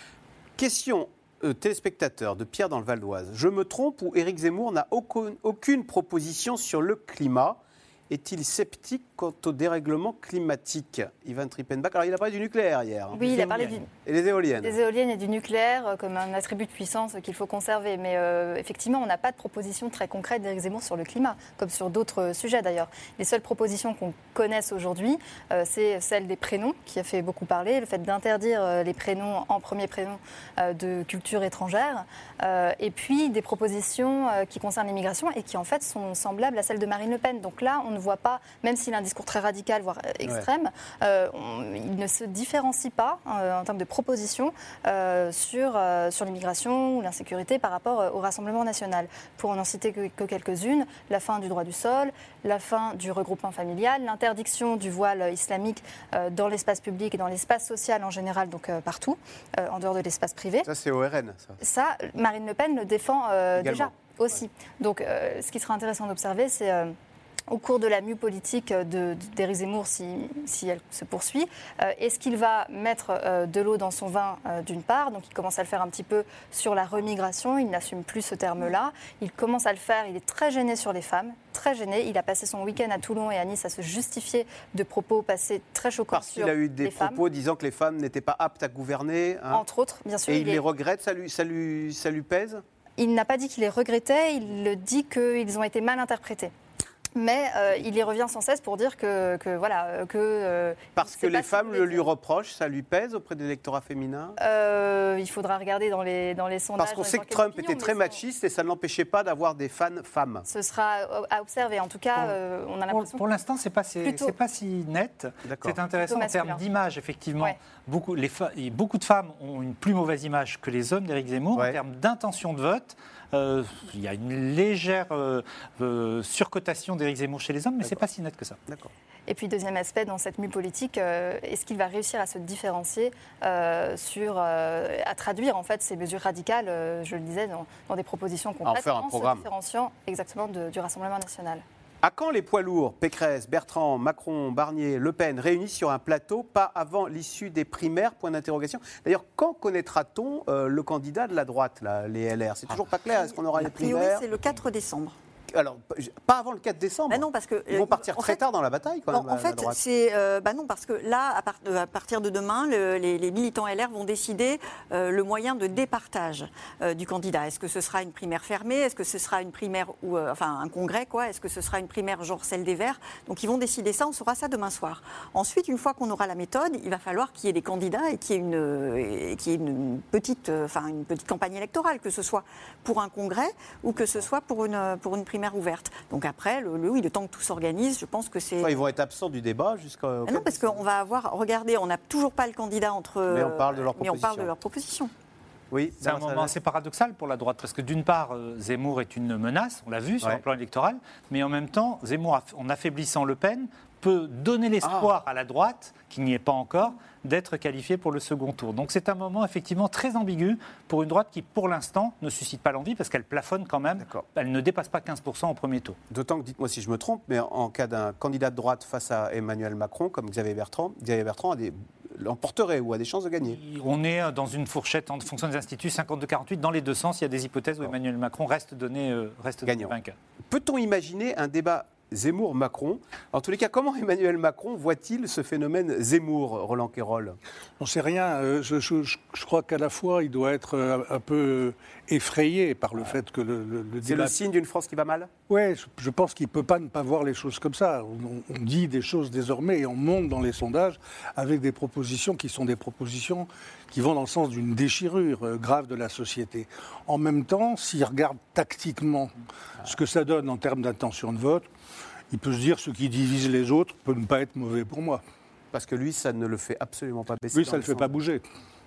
Question euh, téléspectateur de Pierre dans le Val d'Oise. Je me trompe ou Éric Zemmour n'a aucune, aucune proposition sur le climat ? Est-il sceptique quant au dérèglement climatique ? Ivan Trippenbach, alors il a parlé du nucléaire hier. Oui, il a parlé du... Et les éoliennes. Des éoliennes et du nucléaire comme un attribut de puissance qu'il faut conserver. Mais euh, effectivement, on n'a pas de proposition très concrète d'Éric Zemmour sur le climat, comme sur d'autres sujets d'ailleurs. Les seules propositions qu'on connaisse aujourd'hui, euh, c'est celle des prénoms, qui a fait beaucoup parler, le fait d'interdire euh, les prénoms en premier prénom euh, de culture étrangère, euh, et puis des propositions euh, qui concernent l'immigration et qui en fait sont semblables à celles de Marine Le Pen. Donc là, on ne voit pas, même s'il a un discours très radical, voire extrême, ouais. euh, on, il ne se différencie pas euh, en termes de propositions euh, sur, euh, sur l'immigration ou l'insécurité par rapport euh, au Rassemblement national. Pour n'en citer que, que quelques-unes, la fin du droit du sol, la fin du regroupement familial, l'interdiction du voile islamique euh, dans l'espace public et dans l'espace social en général, donc euh, partout, euh, en dehors de l'espace privé. Ça, c'est O R N, ça. Ça, Marine Le Pen le défend euh, déjà aussi. Ouais. Donc, euh, ce qui sera intéressant d'observer, c'est euh, au cours de la mue politique de, d'Éric Zemmour, si, si elle se poursuit, euh, est-ce qu'il va mettre euh, de l'eau dans son vin, euh, d'une part, donc il commence à le faire un petit peu sur la remigration, il n'assume plus ce terme-là, il commence à le faire, il est très gêné sur les femmes, très gêné, il a passé son week-end à Toulon et à Nice à se justifier de propos passés très choquants Parce sur qu'il a eu des les propos femmes. Disant que les femmes n'étaient pas aptes à gouverner. Hein. Entre autres, bien sûr. Et il, il les est... regrette, ça lui, ça lui, ça lui pèse ? Il n'a pas dit qu'il les regrettait, il le dit qu'ils ont été mal interprétés. Mais euh, il y revient sans cesse pour dire que, que voilà que euh, parce que les femmes le lui reprochent, ça lui pèse auprès de l'électorat féminin. Euh, il faudra regarder dans les dans les sondages. Parce qu'on sait que Trump opinions, était très machiste et ça ne l'empêchait pas d'avoir des fans femmes. Ce sera à observer. En tout cas, bon, euh, on a l'impression. Pour, pour l'instant, c'est pas c'est, plutôt... c'est pas si net. D'accord. C'est intéressant en termes d'image, effectivement. Ouais. Beaucoup les fa... beaucoup de femmes ont une plus mauvaise image que les hommes d'Éric Zemmour ouais. en termes d'intention de vote. Euh, il y a une légère euh, euh, surcotation d'Éric Zemmour chez les hommes, mais ce n'est pas si net que ça. D'accord. Et puis, deuxième aspect, dans cette mue politique, euh, est-ce qu'il va réussir à se différencier, euh, sur, euh, à traduire en fait ces mesures radicales, euh, je le disais, dans, dans des propositions concrètes, en, faire un en programme. se différenciant exactement de, du Rassemblement national. À quand les poids lourds, Pécresse, Bertrand, Macron, Barnier, Le Pen, réunis sur un plateau, pas avant l'issue des primaires, point d'interrogation. D'ailleurs, quand connaîtra-t-on euh, le candidat de la droite, là, les L R ? C'est toujours pas clair, est-ce qu'on aura les primaires ? A priori, c'est le quatre décembre. Alors, pas avant le quatre décembre. Bah non, parce que, Ils vont partir très fait, tard dans la bataille, quand non, même. En fait, c'est, euh, bah non, parce que là, à, part, à partir de demain, le, les, les militants L R vont décider euh, le moyen de départage euh, du candidat. Est-ce que ce sera une primaire fermée ? Est-ce que ce sera une primaire, ou, euh, enfin un congrès, quoi ? Est-ce que ce sera une primaire genre celle des Verts ? Donc, ils vont décider ça, on saura ça demain soir. Ensuite, une fois qu'on aura la méthode, il va falloir qu'il y ait des candidats et qu'il y ait une, euh, qu'il y ait une, petite, euh, enfin, une petite campagne électorale, que ce soit pour un congrès ou que ce soit pour une, pour une primaire ouverte. Donc, Donc après, le, le, oui, le temps que tout s'organise, je pense que c'est... Enfin, ils vont être absents du débat jusqu'à... Ah non, parce qu'on va avoir... Regardez, on n'a toujours pas le candidat entre... Mais on parle de leur proposition. Mais on parle de leur proposition. Oui, c'est un moment assez paradoxal pour la droite, parce que d'une part, Zemmour est une menace, on l'a vu sur ouais. le plan électoral, mais en même temps, Zemmour, en affaiblissant Le Pen, peut donner l'espoir ah. à la droite, qui n'y est pas encore, d'être qualifiée pour le second tour. Donc c'est un moment effectivement très ambigu pour une droite qui, pour l'instant, ne suscite pas l'envie, parce qu'elle plafonne quand même, D'accord. elle ne dépasse pas quinze pour cent au premier tour. D'autant que, dites-moi si je me trompe, mais en cas d'un candidat de droite face à Emmanuel Macron, comme Xavier Bertrand, Xavier Bertrand a des... l'emporterait ou a des chances de gagner. On est dans une fourchette en fonction des instituts cinquante-deux quarante-huit. Dans les deux sens, il y a des hypothèses où Emmanuel Macron reste donné, euh, reste gagnant. Vainqueur. Peut-on imaginer un débat Zemmour-Macron ? En tous les cas, comment Emmanuel Macron voit-il ce phénomène Zemmour, Roland Quérol ? J'en sais rien. Je, je, je crois qu'à la fois, il doit être un peu effrayé par le fait que le, le, le C'est débat... le signe d'une France qui va mal ? Oui, je, je pense qu'il ne peut pas ne pas voir les choses comme ça. On, on dit des choses désormais et on monte dans les sondages avec des propositions qui sont des propositions qui vont dans le sens d'une déchirure grave de la société. En même temps, s'il regarde tactiquement ce que ça donne en termes d'intention de vote, il peut se dire ce qui divise les autres peut ne pas être mauvais pour moi. Parce que lui, ça ne le fait absolument pas baisser. Lui, ça ne le fait pas bouger.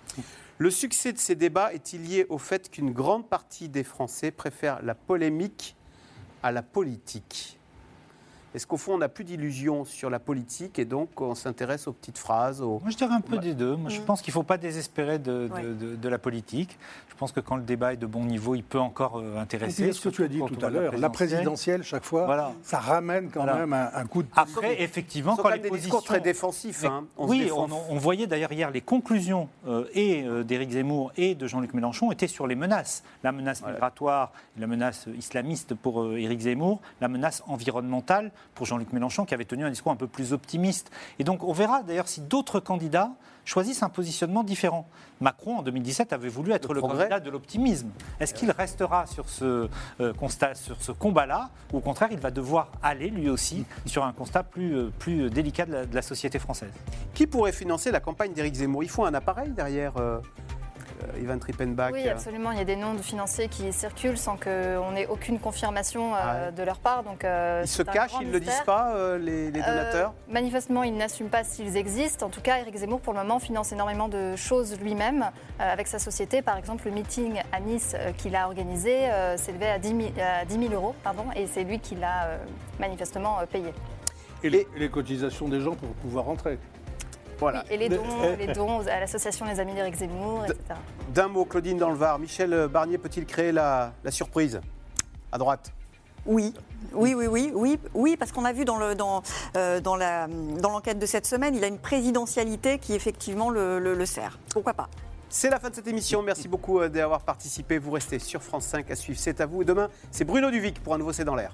Le succès de ces débats est-il lié au fait qu'une grande partie des Français préfèrent la polémique à la politique ? Est-ce qu'au fond, on n'a plus d'illusions sur la politique et donc on s'intéresse aux petites phrases aux... Moi, je dirais un peu des deux. Moi, je pense qu'il ne faut pas désespérer de, de, ouais. de, de, de la politique. Je pense que quand le débat est de bon niveau, il peut encore euh, intéresser. Et ce que tu as dit tout à l'heure, la présidentielle, chaque fois, voilà. ça ramène quand voilà. même un, un coup de... Après, effectivement, quand, quand les des positions... discours très défensifs. Hein, on oui, on, on voyait d'ailleurs hier les conclusions euh, et euh, d'Éric Zemmour et de Jean-Luc Mélenchon étaient sur les menaces. La menace ouais. migratoire, la menace islamiste pour euh, Éric Zemmour, la menace environnementale pour Jean-Luc Mélenchon, qui avait tenu un discours un peu plus optimiste. Et donc, on verra d'ailleurs si d'autres candidats choisissent un positionnement différent. Macron, en deux mille dix-sept, avait voulu être le, le candidat de l'optimisme. Est-ce qu'il restera sur ce, euh, constat, sur ce combat-là, ou au contraire, il va devoir aller, lui aussi, sur un constat plus, euh, plus délicat de la, de la société française ? Qui pourrait financer la campagne d'Éric Zemmour ? Il faut un appareil derrière euh... Ivan Trippenbach. Oui, absolument. Il y a des noms de financiers qui circulent sans qu'on ait aucune confirmation euh, ouais. de leur part. Donc, euh, ils se cachent, ils ne le disent pas, euh, les, les donateurs euh, Manifestement, ils n'assument pas s'ils existent. En tout cas, Éric Zemmour, pour le moment, finance énormément de choses lui-même euh, avec sa société. Par exemple, le meeting à Nice euh, qu'il a organisé euh, s'élevait à dix mille euros, pardon, et c'est lui qui l'a euh, manifestement euh, payé. Et les, et les cotisations des gens pour pouvoir rentrer. Voilà. Oui, et les dons, les dons à l'association Les Amis d'Éric Zemmour, et cetera. D'un mot, Claudine dans le Var, Michel Barnier peut-il créer la, la surprise à droite ? Oui, oui, oui, oui, oui, oui, parce qu'on a vu dans, le, dans, euh, dans, la, dans l'enquête de cette semaine, il a une présidentialité qui effectivement le, le, le sert. Pourquoi pas ? C'est la fin de cette émission. Merci beaucoup d'avoir participé. Vous restez sur France cinq à suivre. C'est à vous. Et demain, c'est Bruno Duvic pour un nouveau C'est dans l'air.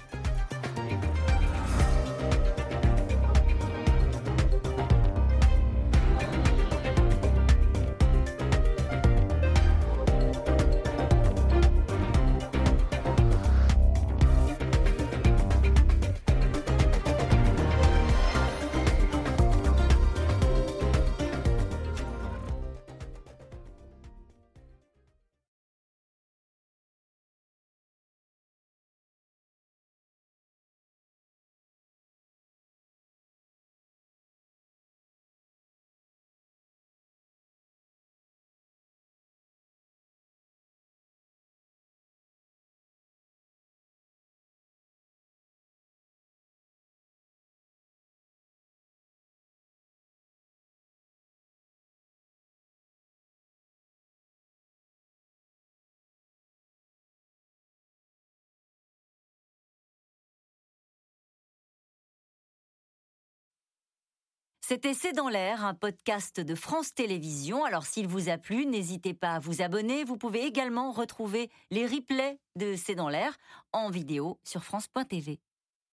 C'était C'est dans l'air, un podcast de France Télévisions. Alors s'il vous a plu, n'hésitez pas à vous abonner. Vous pouvez également retrouver les replays de C'est dans l'air en vidéo sur France point T V.